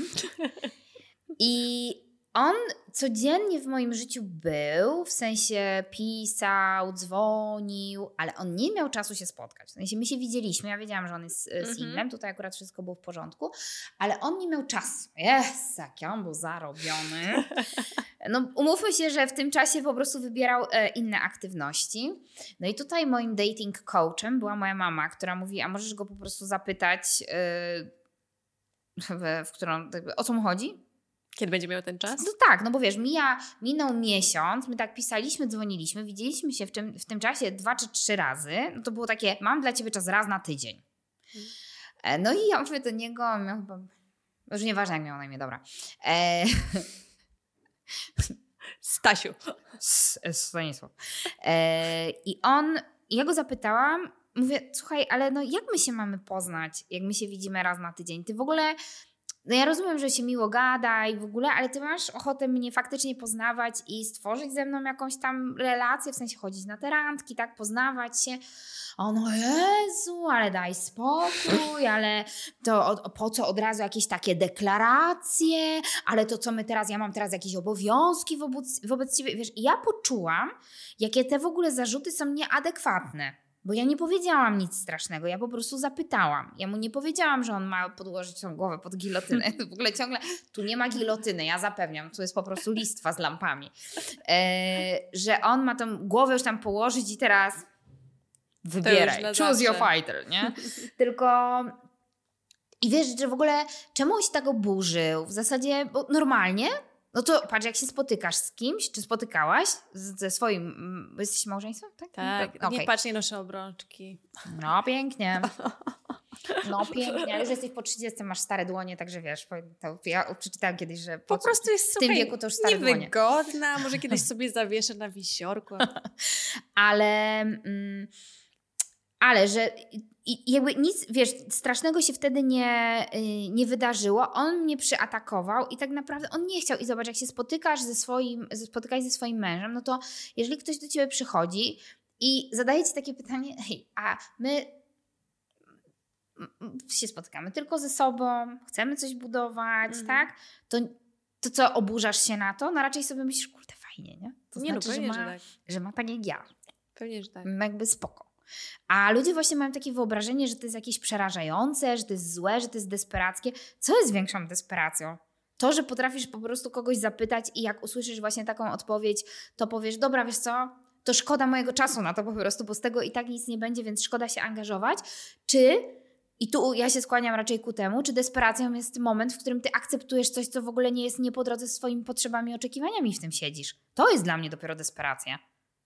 I on codziennie w moim życiu był, w sensie pisał, dzwonił, ale on nie miał czasu się spotkać. W sensie my się widzieliśmy, ja wiedziałam, że on jest mm-hmm. singlem, tutaj akurat wszystko było w porządku, ale on nie miał czasu. Jest, jak on był zarobiony. No umówmy się, że w tym czasie po prostu wybierał e, inne aktywności. No i tutaj moim dating coachem była moja mama, która mówi, a możesz go po prostu zapytać, e, w, w którą, o co mu chodzi? Kiedy będzie miał ten czas? No tak, no bo wiesz, mija, minął miesiąc, my tak pisaliśmy, dzwoniliśmy, widzieliśmy się w tym, w tym czasie dwa czy trzy razy. No to było takie, mam dla ciebie czas raz na tydzień. Hmm. No i ja mówię do niego, miał chyba, już nieważne jak miał na imię, dobra. E... Stasiu. Stanisław. E... I on, ja go zapytałam, mówię, słuchaj, ale no jak my się mamy poznać, jak my się widzimy raz na tydzień? Ty w ogóle... No ja rozumiem, że się miło gada i w ogóle, ale ty masz ochotę mnie faktycznie poznawać i stworzyć ze mną jakąś tam relację, w sensie chodzić na te randki, tak, poznawać się. O no Jezu, ale daj spokój, ale to o, po co od razu jakieś takie deklaracje, ale to co my teraz, ja mam teraz jakieś obowiązki wobec, wobec ciebie, wiesz, i ja poczułam, jakie te w ogóle zarzuty są nieadekwatne. Bo ja nie powiedziałam nic strasznego, ja po prostu zapytałam. Ja mu nie powiedziałam, że on ma podłożyć tą głowę pod gilotynę. W ogóle ciągle, tu nie ma gilotyny, ja zapewniam. Tu jest po prostu listwa z lampami. E, że on ma tą głowę już tam położyć i teraz wybieraj. Choose zawsze. Your fighter, nie? Tylko... I wiesz, że w ogóle czemu on się tak oburzył? W zasadzie, bo normalnie... No to patrz, jak się spotykasz z kimś, czy spotykałaś ze swoim, jesteś małżeństwem? Tak, tak. tak. Okay. Nie patrz, nie noszę obrączki. No pięknie. No pięknie, ale już jesteś po trzydziestce, masz stare dłonie, także wiesz, to ja przeczytałam kiedyś, że po, po prostu jest w tym słuchaj, wieku to już stare dłonie. Niewygodna, może kiedyś sobie zawieszę na wisiorku. ale, mm, ale, że I jakby nic, wiesz, strasznego się wtedy nie, yy, nie wydarzyło. On mnie przyatakował i tak naprawdę on nie chciał. I zobacz, jak się spotykasz ze swoim, spotykałeś ze swoim mężem, no to jeżeli ktoś do ciebie przychodzi i zadaje ci takie pytanie, hej, a my się spotykamy tylko ze sobą, chcemy coś budować, mm. tak? To, to co, oburzasz się na to? No raczej sobie myślisz, kurde, fajnie, nie? To nie znaczy, no, pewnie, że, ma, że, tak. że ma tak jak ja. Pewnie, że tak. Jakby spoko. A ludzie właśnie mają takie wyobrażenie, że to jest jakieś przerażające, że to jest złe, że to jest desperackie. Co jest większą desperacją? To, że potrafisz po prostu kogoś zapytać i jak usłyszysz właśnie taką odpowiedź, to powiesz, dobra, wiesz co, to szkoda mojego czasu na to po prostu, bo z tego i tak nic nie będzie, więc szkoda się angażować. Czy, i tu ja się skłaniam raczej ku temu, czy desperacją jest moment, w którym ty akceptujesz coś, co w ogóle nie jest nie po drodze z swoimi potrzebami i oczekiwaniami, w tym siedzisz. To jest dla mnie dopiero desperacja.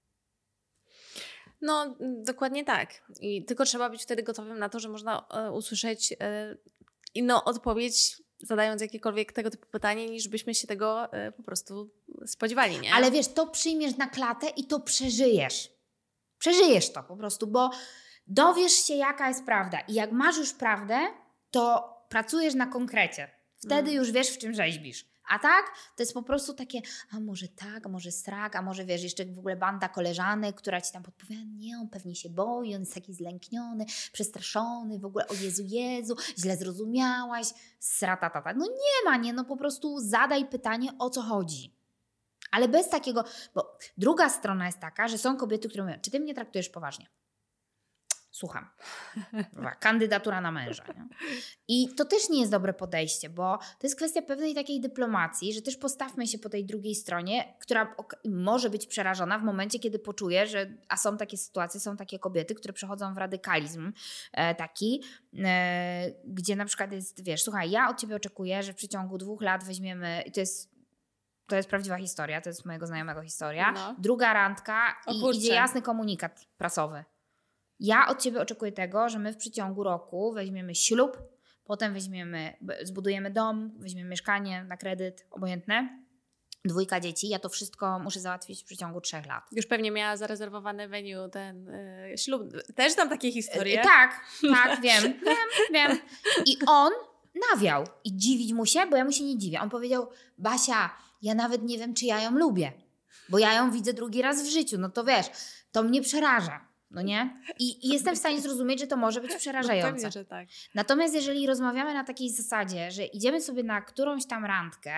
No, dokładnie tak. I tylko trzeba być wtedy gotowym na to, że można e, usłyszeć e, inną odpowiedź, zadając jakiekolwiek tego typu pytanie, niż byśmy się tego e, po prostu spodziewali, nie? Ale wiesz, to przyjmiesz na klatę i to przeżyjesz. Przeżyjesz to po prostu, bo dowiesz się, jaka jest prawda. I jak masz już prawdę, to pracujesz na konkrecie. Wtedy mm. już wiesz, w czym rzeźbisz. A tak, to jest po prostu takie, a może tak, a może srak, a może wiesz, jeszcze w ogóle banda koleżanek, która ci tam podpowiada, nie, on pewnie się boi, on jest taki zlękniony, przestraszony, w ogóle o Jezu, Jezu, źle zrozumiałaś, sratatata. No nie ma, nie, no po prostu zadaj pytanie, o co chodzi. Ale bez takiego, bo druga strona jest taka, że są kobiety, które mówią, czy ty mnie traktujesz poważnie? Słucham. Kandydatura na męża. Nie? I to też nie jest dobre podejście, bo to jest kwestia pewnej takiej dyplomacji, że też postawmy się po tej drugiej stronie, która może być przerażona w momencie, kiedy poczuje, że a są takie sytuacje, są takie kobiety, które przechodzą w radykalizm e, taki, e, gdzie na przykład jest, wiesz, słuchaj, ja od ciebie oczekuję, że w przeciągu dwóch lat weźmiemy, i to jest To jest prawdziwa historia, to jest mojego znajomego historia. No. Druga randka i idzie jasny komunikat prasowy. Ja od ciebie oczekuję tego, że my w przeciągu roku weźmiemy ślub, potem weźmiemy, zbudujemy dom, weźmiemy mieszkanie na kredyt, obojętne, dwójka dzieci. Ja to wszystko muszę załatwić w przeciągu trzech lat. Już pewnie miała zarezerwowane venue ten yy, ślub. Też tam takie historie. Yy, tak, tak, wiem, wiem, wiem. I on nawiał i dziwić mu się, bo ja mu się nie dziwię. On powiedział, Basia, ja nawet nie wiem, czy ja ją lubię, bo ja ją widzę drugi raz w życiu. No to wiesz, to mnie przeraża. No nie? I, I jestem w stanie zrozumieć, że to może być przerażające. No pewnie, że tak. Natomiast jeżeli rozmawiamy na takiej zasadzie, że idziemy sobie na którąś tam randkę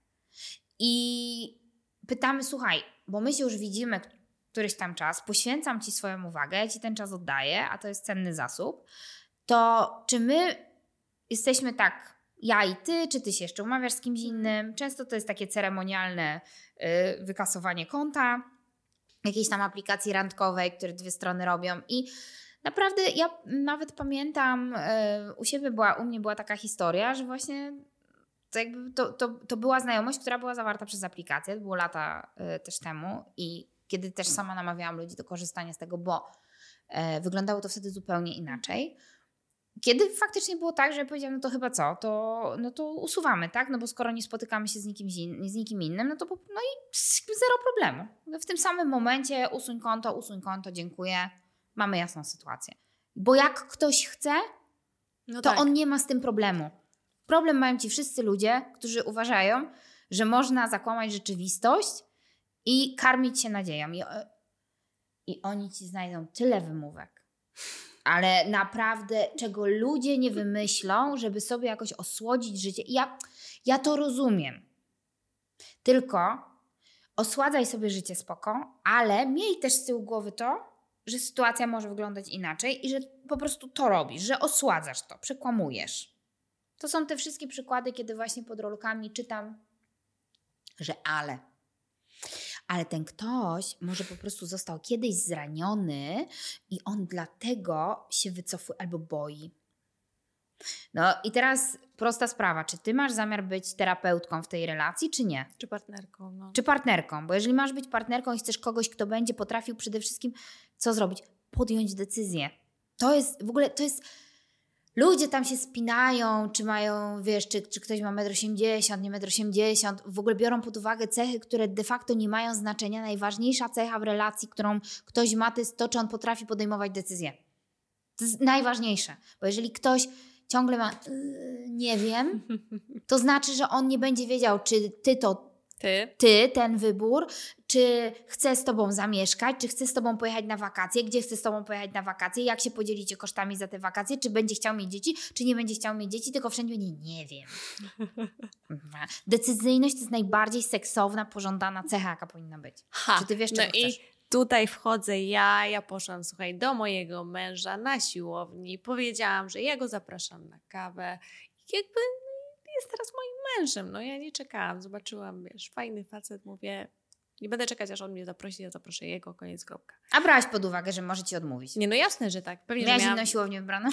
i pytamy, słuchaj, bo my się już widzimy któryś tam czas, poświęcam ci swoją uwagę, ja ci ten czas oddaję, a to jest cenny zasób, to czy my jesteśmy tak, ja i ty, czy ty się jeszcze umawiasz z kimś innym? Często to jest takie ceremonialne yy, wykasowanie konta, jakiejś tam aplikacji randkowej, które dwie strony robią i naprawdę ja nawet pamiętam, yy, u siebie była, u mnie była taka historia, że właśnie to, jakby to, to, to była znajomość, która była zawarta przez aplikację, to było lata yy, też temu i kiedy też sama namawiałam ludzi do korzystania z tego, bo yy, wyglądało to wtedy zupełnie inaczej. Kiedy faktycznie było tak, że ja powiedziałam, no to chyba co, to, no to usuwamy, tak? No bo skoro nie spotykamy się z nikim, z nikim innym, no to no i zero problemu. W tym samym momencie usuń konto, usuń konto, dziękuję, mamy jasną sytuację. Bo jak ktoś chce, no to tak. On nie ma z tym problemu. Problem mają ci wszyscy ludzie, którzy uważają, że można zakłamać rzeczywistość i karmić się nadzieją. I, i oni ci znajdą tyle wymówek. Ale naprawdę, czego ludzie nie wymyślą, żeby sobie jakoś osłodzić życie. I ja, ja to rozumiem. Tylko osładzaj sobie życie spoko, ale miej też z tyłu głowy to, że sytuacja może wyglądać inaczej i że po prostu to robisz, że osładzasz to, przekłamujesz. To są te wszystkie przykłady, kiedy właśnie pod rolkami czytam, że ale... Ale ten ktoś może po prostu został kiedyś zraniony i on dlatego się wycofuje albo boi. No i teraz prosta sprawa. Czy ty masz zamiar być terapeutką w tej relacji, czy nie? Czy partnerką. No. Czy partnerką. Bo jeżeli masz być partnerką i chcesz kogoś, kto będzie potrafił przede wszystkim co zrobić? Podjąć decyzję. To jest w ogóle, to jest... Ludzie tam się spinają, czy mają, wiesz, czy, czy ktoś ma metr osiemdziesiąt, nie metr osiemdziesiąt, w ogóle biorą pod uwagę cechy, które de facto nie mają znaczenia. Najważniejsza cecha w relacji, którą ktoś ma, to jest to, czy on potrafi podejmować decyzje. To jest najważniejsze, bo jeżeli ktoś ciągle ma yy, nie wiem, to znaczy, że on nie będzie wiedział, czy ty to Ty? ty, ten wybór, czy chce z tobą zamieszkać, czy chce z tobą pojechać na wakacje, gdzie chce z tobą pojechać na wakacje, jak się podzielicie kosztami za te wakacje, czy będzie chciał mieć dzieci, czy nie będzie chciał mieć dzieci, tylko wszędzie będzie nie wiem. Decyzyjność to jest najbardziej seksowna, pożądana cecha, jaka powinna być. Ha, Czy ty wiesz, no czego i chcesz? tutaj wchodzę ja, ja poszłam, słuchaj, do mojego męża na siłowni, powiedziałam, że ja go zapraszam na kawę i jakby jest teraz moim mężem, no ja nie czekałam, zobaczyłam, wiesz, fajny facet, mówię, nie będę czekać, aż on mnie zaprosi, ja zaproszę jego, koniec, kropka. A brałaś pod uwagę, że może ci odmówić? Nie, no jasne, że tak. Pewnie, Miałaś że miałam... inną siłownię wybraną?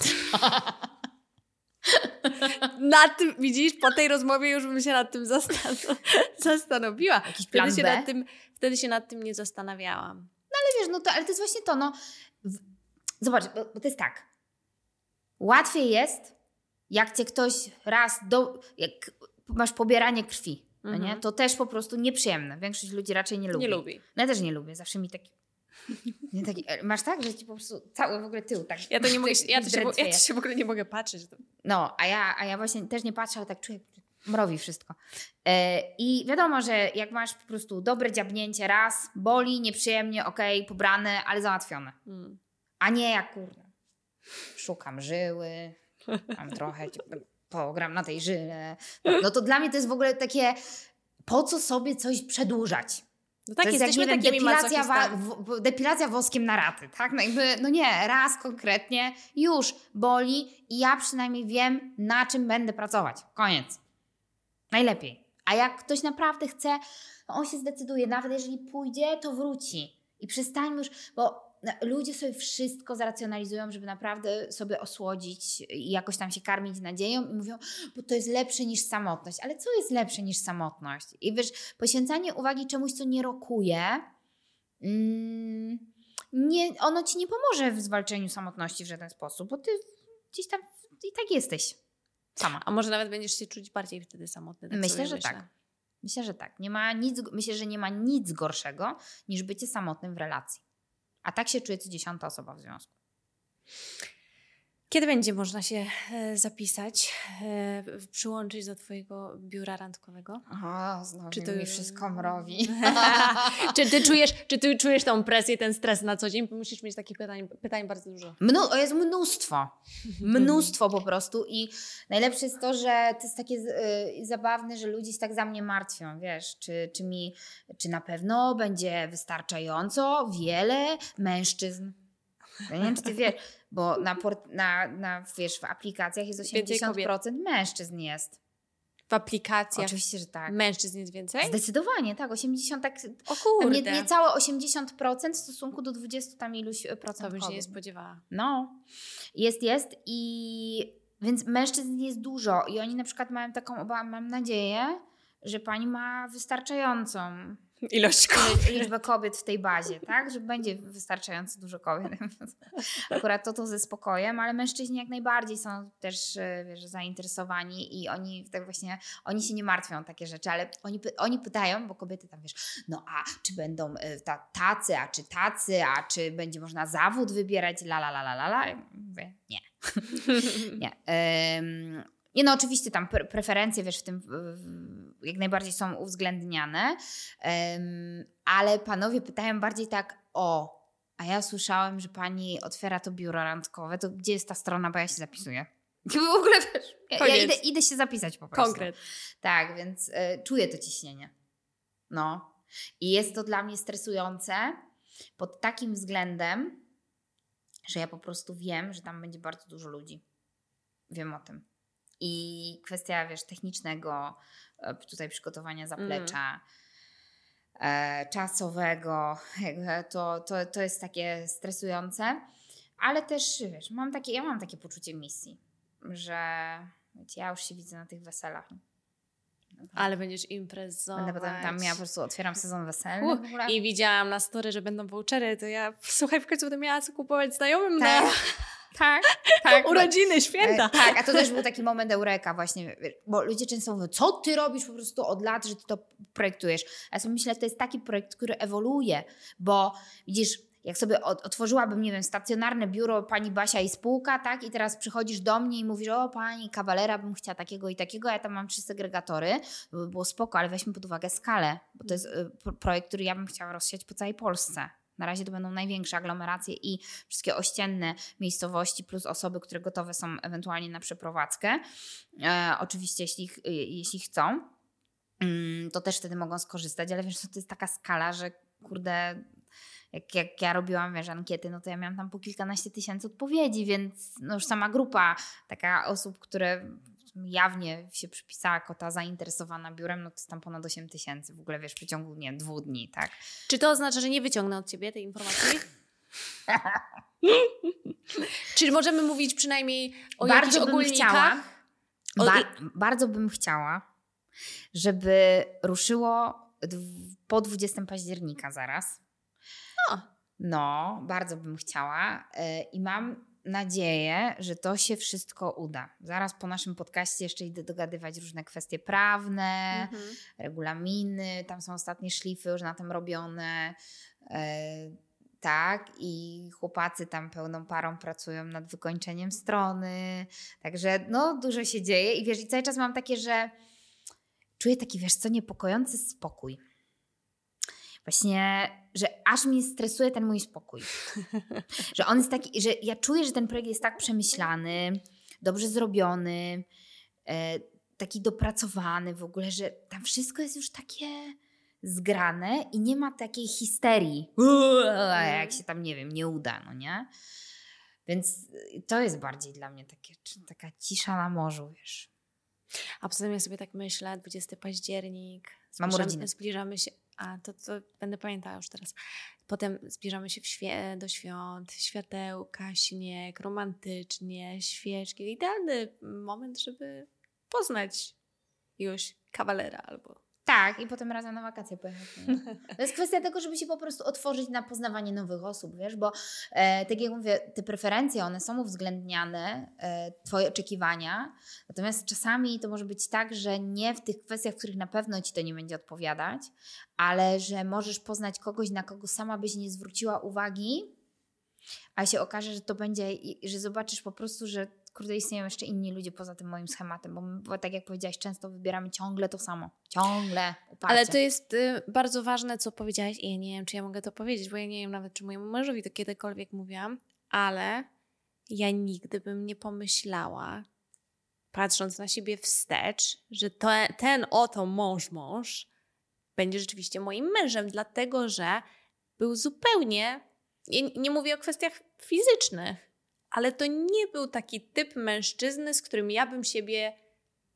Na tym, widzisz, po tej rozmowie już bym się nad tym zastan- zastanowiła. Jakiś plan wtedy się, B? nad tym, wtedy się nad tym nie zastanawiałam. Ale wiesz, no to, ale to jest właśnie to, no. W... Zobacz, bo, bo to jest tak. Łatwiej jest, jak cię ktoś raz, do, jak masz pobieranie krwi, Mhm. no nie? To też po prostu nieprzyjemne. Większość ludzi raczej nie lubi. Nie lubi. No ja też nie lubię, zawsze mi taki... Nie, taki masz tak, że ci po prostu cały w ogóle tył tak... Ja to nie mogę, ja to się, w- ja drętwieje. to się w ogóle nie mogę patrzeć. No, a ja, a ja właśnie też nie patrzę, ale tak czuję, mrowi wszystko. E, I wiadomo, że jak masz po prostu dobre dziabnięcie raz, boli, nieprzyjemnie, okej, pobrane, ale załatwione. Hmm. A nie jak kurde. Szukam żyły, mam trochę, pogram na tej żyle. No to dla mnie to jest w ogóle takie, po co sobie coś przedłużać? No tak, to jest jesteśmy jak, nie wiem, takimi depilacja, wa- masochistami. w, depilacja woskiem na raty, tak? No, jakby, no nie, raz konkretnie, już boli i ja przynajmniej wiem, na czym będę pracować. Koniec. Najlepiej. A jak ktoś naprawdę chce, no on się zdecyduje, nawet jeżeli pójdzie, to wróci. I przestańmy już, bo ludzie sobie wszystko zaracjonalizują, żeby naprawdę sobie osłodzić i jakoś tam się karmić nadzieją i mówią, bo to jest lepsze niż samotność. Ale co jest lepsze niż samotność? I wiesz, poświęcanie uwagi czemuś, co nie rokuje, mm, nie, ono ci nie pomoże w zwalczeniu samotności w żaden sposób, bo ty gdzieś tam i tak jesteś sama. A może nawet będziesz się czuć bardziej wtedy samotny. Tak Myślę, sobie że myślę. tak. Myślę, że tak. Nie ma nic, myślę, że nie ma nic gorszego niż bycie samotnym w relacji. A tak się czuje co dziesiąta osoba w związku. Kiedy będzie można się e, zapisać, e, przyłączyć do twojego biura randkowego? O, znowu Czy to mi już- wszystko mrowi. czy, ty czujesz, czy ty czujesz tą presję, ten stres na co dzień? Musisz mieć takich pytań, pytań bardzo dużo. Mnu- o, jest mnóstwo. Mnóstwo po prostu. I najlepsze jest to, że to jest takie y, zabawne, że ludzie się tak za mnie martwią, wiesz, czy, czy mi, czy na pewno będzie wystarczająco wiele mężczyzn. Ja nie wiem, czy ty wiesz, bo na, port- na, na, wiesz, w aplikacjach jest osiemdziesiąt procent mężczyzn jest. W aplikacjach Oczywiście, że tak. mężczyzn jest więcej? Zdecydowanie, tak. osiemdziesiąt, tak O tam kurde, nie, niecałe osiemdziesiąt procent w stosunku do dwadzieścia tam iluś procent to bym się nie kobiet. spodziewała. No, jest, jest i więc mężczyzn jest dużo i oni na przykład mają taką obawę, mam nadzieję, że pani ma wystarczającą Ilość li- liczbę kobiet w tej bazie, tak? Że będzie wystarczająco dużo kobiet. Akurat to to ze spokojem, ale mężczyźni jak najbardziej są też, wiesz, zainteresowani i oni tak właśnie, oni się nie martwią o takie rzeczy, ale oni, py- oni pytają, bo kobiety tam, wiesz, no a czy będą y, ta, tacy, a czy tacy, a czy będzie można zawód wybierać, la la la la la la. Ja mówię, nie. nie. Ym, Nie, no oczywiście tam pre- preferencje, wiesz, w tym w- jak najbardziej są uwzględniane, em, ale panowie pytają bardziej tak, o, a ja słyszałem, że pani otwiera to biuro randkowe, to gdzie jest ta strona, bo ja się zapisuję. W ogóle, wiesz, ja, ja Koniec. idę, idę się zapisać po prostu. Konkret. Tak, więc y, czuję to ciśnienie. No. I jest to dla mnie stresujące pod takim względem, że ja po prostu wiem, że tam będzie bardzo dużo ludzi. Wiem o tym. I kwestia, wiesz, technicznego, e, tutaj przygotowania zaplecza, e, czasowego, jakby to, to, to jest takie stresujące, ale też, wiesz, mam takie, ja mam takie poczucie misji, że wiecie, ja już się widzę na tych weselach. Ale będziesz imprezować. Będę potem tam, ja po prostu otwieram sezon weselny Uh, w ogóle. I widziałam na story, że będą vouchery, to ja, słuchaj, w końcu będę miała co kupować znajomym Tak, na tak, tak. urodziny, święta. E, Tak, a to też był taki moment eureka właśnie, bo ludzie często mówią, co ty robisz po prostu od lat, że ty to projektujesz. A ja sobie myślę, że to jest taki projekt, który ewoluuje, bo widzisz, jak sobie otworzyłabym, nie wiem, stacjonarne biuro pani Basia i spółka, tak, i teraz przychodzisz do mnie i mówisz, o pani kawalera, bym chciała takiego i takiego, ja tam mam trzy segregatory, to by było spoko, ale weźmy pod uwagę skalę, bo to jest projekt, który ja bym chciała rozsiać po całej Polsce. Na razie to będą największe aglomeracje i wszystkie ościenne miejscowości plus osoby, które gotowe są ewentualnie na przeprowadzkę. E, oczywiście jeśli, jeśli chcą, to też wtedy mogą skorzystać, ale wiesz, to jest taka skala, że kurde, jak, jak ja robiłam, wiesz, ankiety, no to ja miałam tam po kilkanaście tysięcy odpowiedzi, więc no już sama grupa taka osób, które jawnie się przypisała jako ta zainteresowana biurem, no to jest tam ponad osiem tysięcy w ogóle, wiesz, w przeciągu, nie wiem, dwóch dni, tak? Czy to oznacza, że nie wyciągnę od ciebie tej informacji? Czy możemy mówić przynajmniej o bardzo jakichś bym ogólnikach? Chciała, o... ba- bardzo bym chciała, żeby ruszyło po dwudziestego października zaraz. O. No, bardzo bym chciała i mam nadzieję, że to się wszystko uda. Zaraz po naszym podcaście jeszcze idę dogadywać różne kwestie prawne, mhm. regulaminy, tam są ostatnie szlify już na tym robione, e, tak, i chłopacy tam pełną parą pracują nad wykończeniem strony, także no dużo się dzieje i wiesz, i cały czas mam takie, że czuję taki, wiesz co, niepokojący spokój. Właśnie, że aż mnie stresuje ten mój spokój. Że on jest taki, że ja czuję, że ten projekt jest tak przemyślany, dobrze zrobiony, e, taki dopracowany w ogóle, że tam wszystko jest już takie zgrane i nie ma takiej histerii, jak się tam, nie wiem, nie uda, no nie? Więc to jest bardziej dla mnie takie, taka cisza na morzu, wiesz. A poza tym ja sobie tak myślę, dwudziestego października, mam urodziny. Zbliżamy się, a to, to będę pamiętała już teraz. Potem zbliżamy się w świe- do świąt, światełka, śnieg, romantycznie, świeczki. Idealny moment, żeby poznać jakiegoś kawalera albo... Tak, i potem razem na wakacje pojechać. To jest kwestia tego, żeby się po prostu otworzyć na poznawanie nowych osób, wiesz, bo e, tak jak mówię, te preferencje, one są uwzględniane, e, twoje oczekiwania, natomiast czasami to może być tak, że nie w tych kwestiach, w których na pewno ci to nie będzie odpowiadać, ale że możesz poznać kogoś, na kogo sama byś nie zwróciła uwagi, a się okaże, że to będzie, że zobaczysz po prostu, że kurde, istnieją jeszcze inni ludzie poza tym moim schematem, bo, my, bo tak jak powiedziałaś, często wybieramy ciągle to samo. Ciągle. Uparcie. Ale to jest y, bardzo ważne, co powiedziałaś i ja nie wiem, czy ja mogę to powiedzieć, bo ja nie wiem nawet, czy mojemu mężowi to kiedykolwiek mówiłam, ale ja nigdy bym nie pomyślała, patrząc na siebie wstecz, że to, ten oto mąż mąż będzie rzeczywiście moim mężem, dlatego, że był zupełnie, nie, nie mówię o kwestiach fizycznych, ale to nie był taki typ mężczyzny, z którym ja bym siebie, mhm.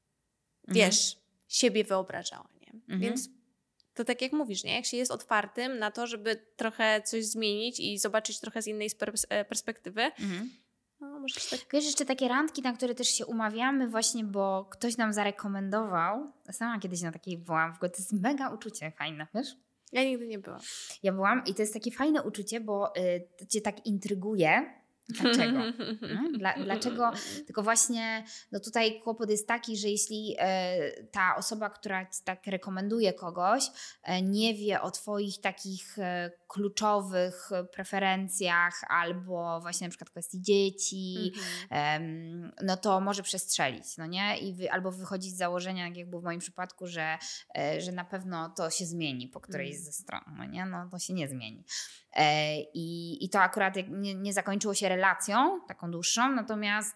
wiesz, siebie wyobrażała, nie? Mhm. Więc to tak jak mówisz, nie? Jak się jest otwartym na to, żeby trochę coś zmienić i zobaczyć trochę z innej perspektywy, mhm. no może się tak... Wiesz, jeszcze takie randki, na które też się umawiamy właśnie, bo ktoś nam zarekomendował. Sama kiedyś na takiej byłam, w ogóle to jest mega uczucie fajne, wiesz? Ja nigdy nie byłam. Ja byłam i to jest takie fajne uczucie, bo y, to cię tak intryguje. Dlaczego? Hmm? Dla, dlaczego? Tylko właśnie no tutaj kłopot jest taki, że jeśli e, ta osoba, która ci tak rekomenduje kogoś, e, nie wie o twoich takich e, kluczowych preferencjach albo właśnie na przykład kwestii dzieci, mm-hmm. e, no to może przestrzelić, no nie? I wy, albo wychodzić z założenia, jak było w moim przypadku, że, e, że na pewno to się zmieni po którejś mm. ze stron, no nie? No to się nie zmieni. E, i, I to akurat nie, nie zakończyło się relacją taką dłuższą, natomiast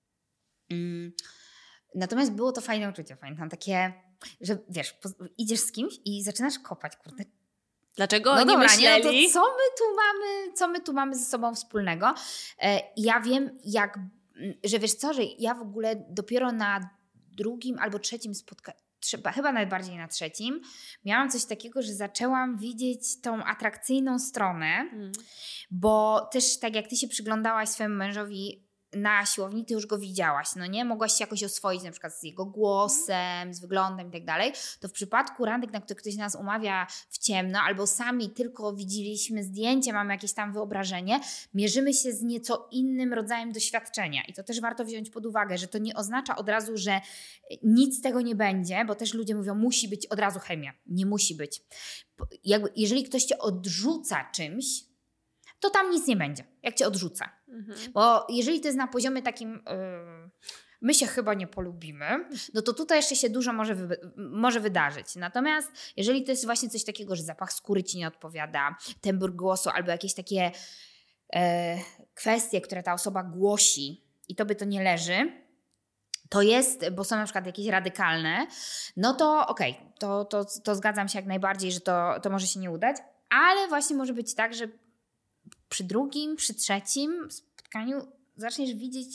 mm, natomiast było to fajne uczucie, pamiętam, takie, że wiesz, po, idziesz z kimś i zaczynasz kopać, kurde. Dlaczego no nie dobra, myśleli? Nie, no to co my tu mamy, co my tu mamy ze sobą wspólnego? E, ja wiem, jak, że wiesz co, że ja w ogóle dopiero na drugim albo trzecim spotkaniu, Trzeba, chyba najbardziej na trzecim, miałam coś takiego, że zaczęłam widzieć tą atrakcyjną stronę, mm. bo też tak jak ty się przyglądałaś swojemu mężowi na siłowni, ty już go widziałaś, no nie? Mogłaś się jakoś oswoić na przykład z jego głosem, z wyglądem i tak dalej. To w przypadku randek, na które ktoś nas umawia w ciemno albo sami tylko widzieliśmy zdjęcie, mamy jakieś tam wyobrażenie, mierzymy się z nieco innym rodzajem doświadczenia i to też warto wziąć pod uwagę, że to nie oznacza od razu, że nic z tego nie będzie, bo też ludzie mówią, musi być od razu chemia. Nie musi być. Jakby, jeżeli ktoś cię odrzuca czymś, to tam nic nie będzie, jak cię odrzucę. Mhm. Bo jeżeli to jest na poziomie takim, yy, my się chyba nie polubimy, no to tutaj jeszcze się dużo może, wy, może wydarzyć. Natomiast jeżeli to jest właśnie coś takiego, że zapach skóry ci nie odpowiada, tembr głosu albo jakieś takie yy, kwestie, które ta osoba głosi i tobie to nie leży, to jest, bo są na przykład jakieś radykalne, no to okej, okay, to, to, to zgadzam się jak najbardziej, że to, to może się nie udać, ale właśnie może być tak, że przy drugim, przy trzecim spotkaniu zaczniesz widzieć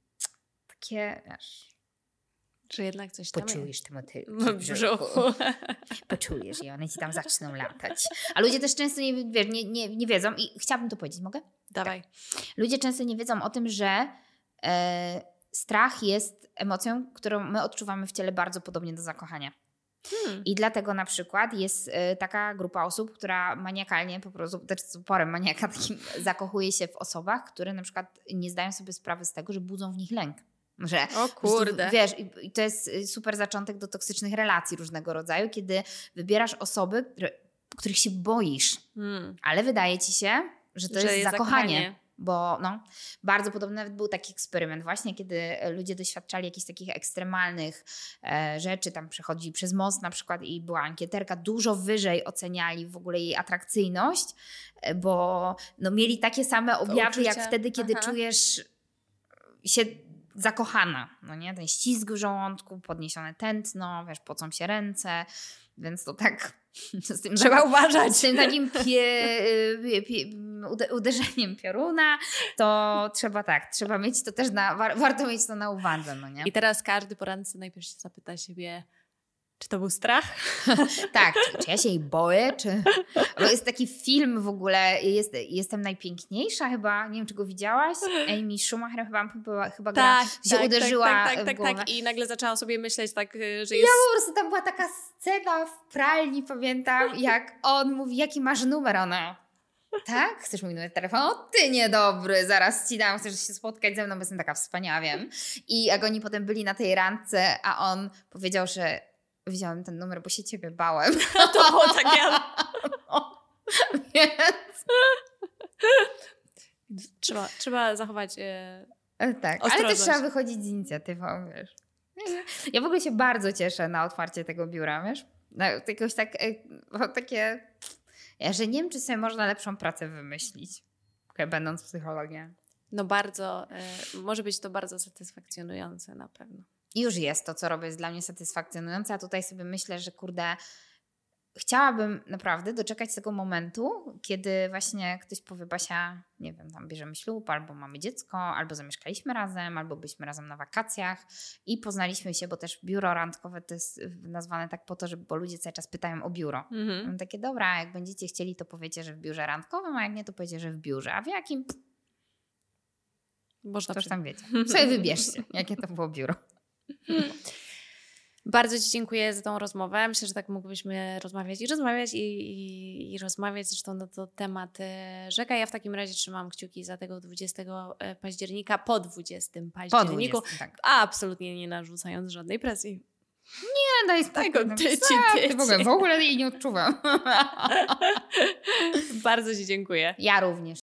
takie, wiesz... Że jednak coś tam poczujesz te motylki w brzuchu. Poczujesz i one ci tam zaczną latać. A ludzie też często nie, wiesz, nie, nie, nie wiedzą i chciałabym to powiedzieć, mogę? Dawaj. Tak. Ludzie często nie wiedzą o tym, że e, strach jest emocją, którą my odczuwamy w ciele bardzo podobnie do zakochania. Hmm. I dlatego na przykład jest y, taka grupa osób, która maniakalnie po prostu, też z uporem maniaka takim zakochuje się w osobach, które na przykład nie zdają sobie sprawy z tego, że budzą w nich lęk. Że o kurde. Prostu, wiesz, i, i to jest super zaczątek do toksycznych relacji różnego rodzaju, kiedy wybierasz osoby, które, których się boisz, hmm. ale wydaje ci się, że to że jest, jest zakochanie. zakochanie. Bo no, bardzo podobny nawet był taki eksperyment właśnie, kiedy ludzie doświadczali jakichś takich ekstremalnych e, rzeczy, tam przechodzili przez most na przykład i była ankieterka, dużo wyżej oceniali w ogóle jej atrakcyjność, e, bo no, mieli takie same objawy jak wtedy, kiedy Aha. czujesz się zakochana, no nie? Ten ścisk w żołądku, podniesione tętno, wiesz, pocą się ręce, więc to tak... Z tym Trzeba takim, uważać. Z tym takim pie, pie, pie, uderzeniem pioruna, to trzeba tak, trzeba mieć to też na, war, warto mieć to na uwadze, no nie? I teraz każdy poranny najpierw się zapyta siebie, czy to był strach? Tak, czy, czy ja się jej boję, czy... Bo jest taki film w ogóle, jest, Jestem najpiękniejsza chyba, nie wiem, czy go widziałaś? Amy Schumacher chyba, chyba, chyba tak, gra, się tak, uderzyła tak, tak, w tak, głowę. tak. I nagle zaczęłam sobie myśleć tak, że jest... Ja po prostu, tam była taka scena w pralni, pamiętam, jak on mówi, jaki masz numer, ona... Tak? Chcesz mój numer telefonu? O, ty niedobry, zaraz ci dam, chcesz się spotkać ze mną, bo jestem taka wspaniała, wiem. I jak oni potem byli na tej randce, a on powiedział, że wziąłem ten numer, bo się ciebie bałem. To było takie... No, więc... Trzeba, trzeba zachować e, tak, ale też trzeba wychodzić z inicjatywą, wiesz. Ja w ogóle się bardzo cieszę na otwarcie tego biura, wiesz. Na, jakoś tak, e, takie... Ja, że nie wiem, czy sobie można lepszą pracę wymyślić, będąc psychologiem. No bardzo, e, może być to bardzo satysfakcjonujące na pewno. I już jest to, co robię, jest dla mnie satysfakcjonujące, a tutaj sobie myślę, że kurde, chciałabym naprawdę doczekać tego momentu, kiedy właśnie ktoś powie, Basia, nie wiem, tam bierzemy ślub, albo mamy dziecko, albo zamieszkaliśmy razem, albo byliśmy razem na wakacjach i poznaliśmy się, bo też biuro randkowe to jest nazwane tak po to, żeby, bo ludzie cały czas pytają o biuro. Mhm. Mam takie, dobra, jak będziecie chcieli, to powiecie, że w biurze randkowym, a jak nie, to powiecie, że w biurze. A w jakim? Można to już tam wiecie. Sobie wybierzcie, jakie to było biuro. Bardzo Ci dziękuję za tą rozmowę. Myślę, że tak mogłybyśmy rozmawiać i rozmawiać i, i, i rozmawiać. Zresztą no to temat rzeka. Ja w takim razie trzymam kciuki za tego dwudziestego października, po dwudziestego październiku. Po dwudziestym, tak. Absolutnie nie narzucając żadnej presji. Nie, daj spokój. Tego tyci, tyci. W ogóle, w ogóle jej nie odczuwam. Bardzo Ci dziękuję. Ja również.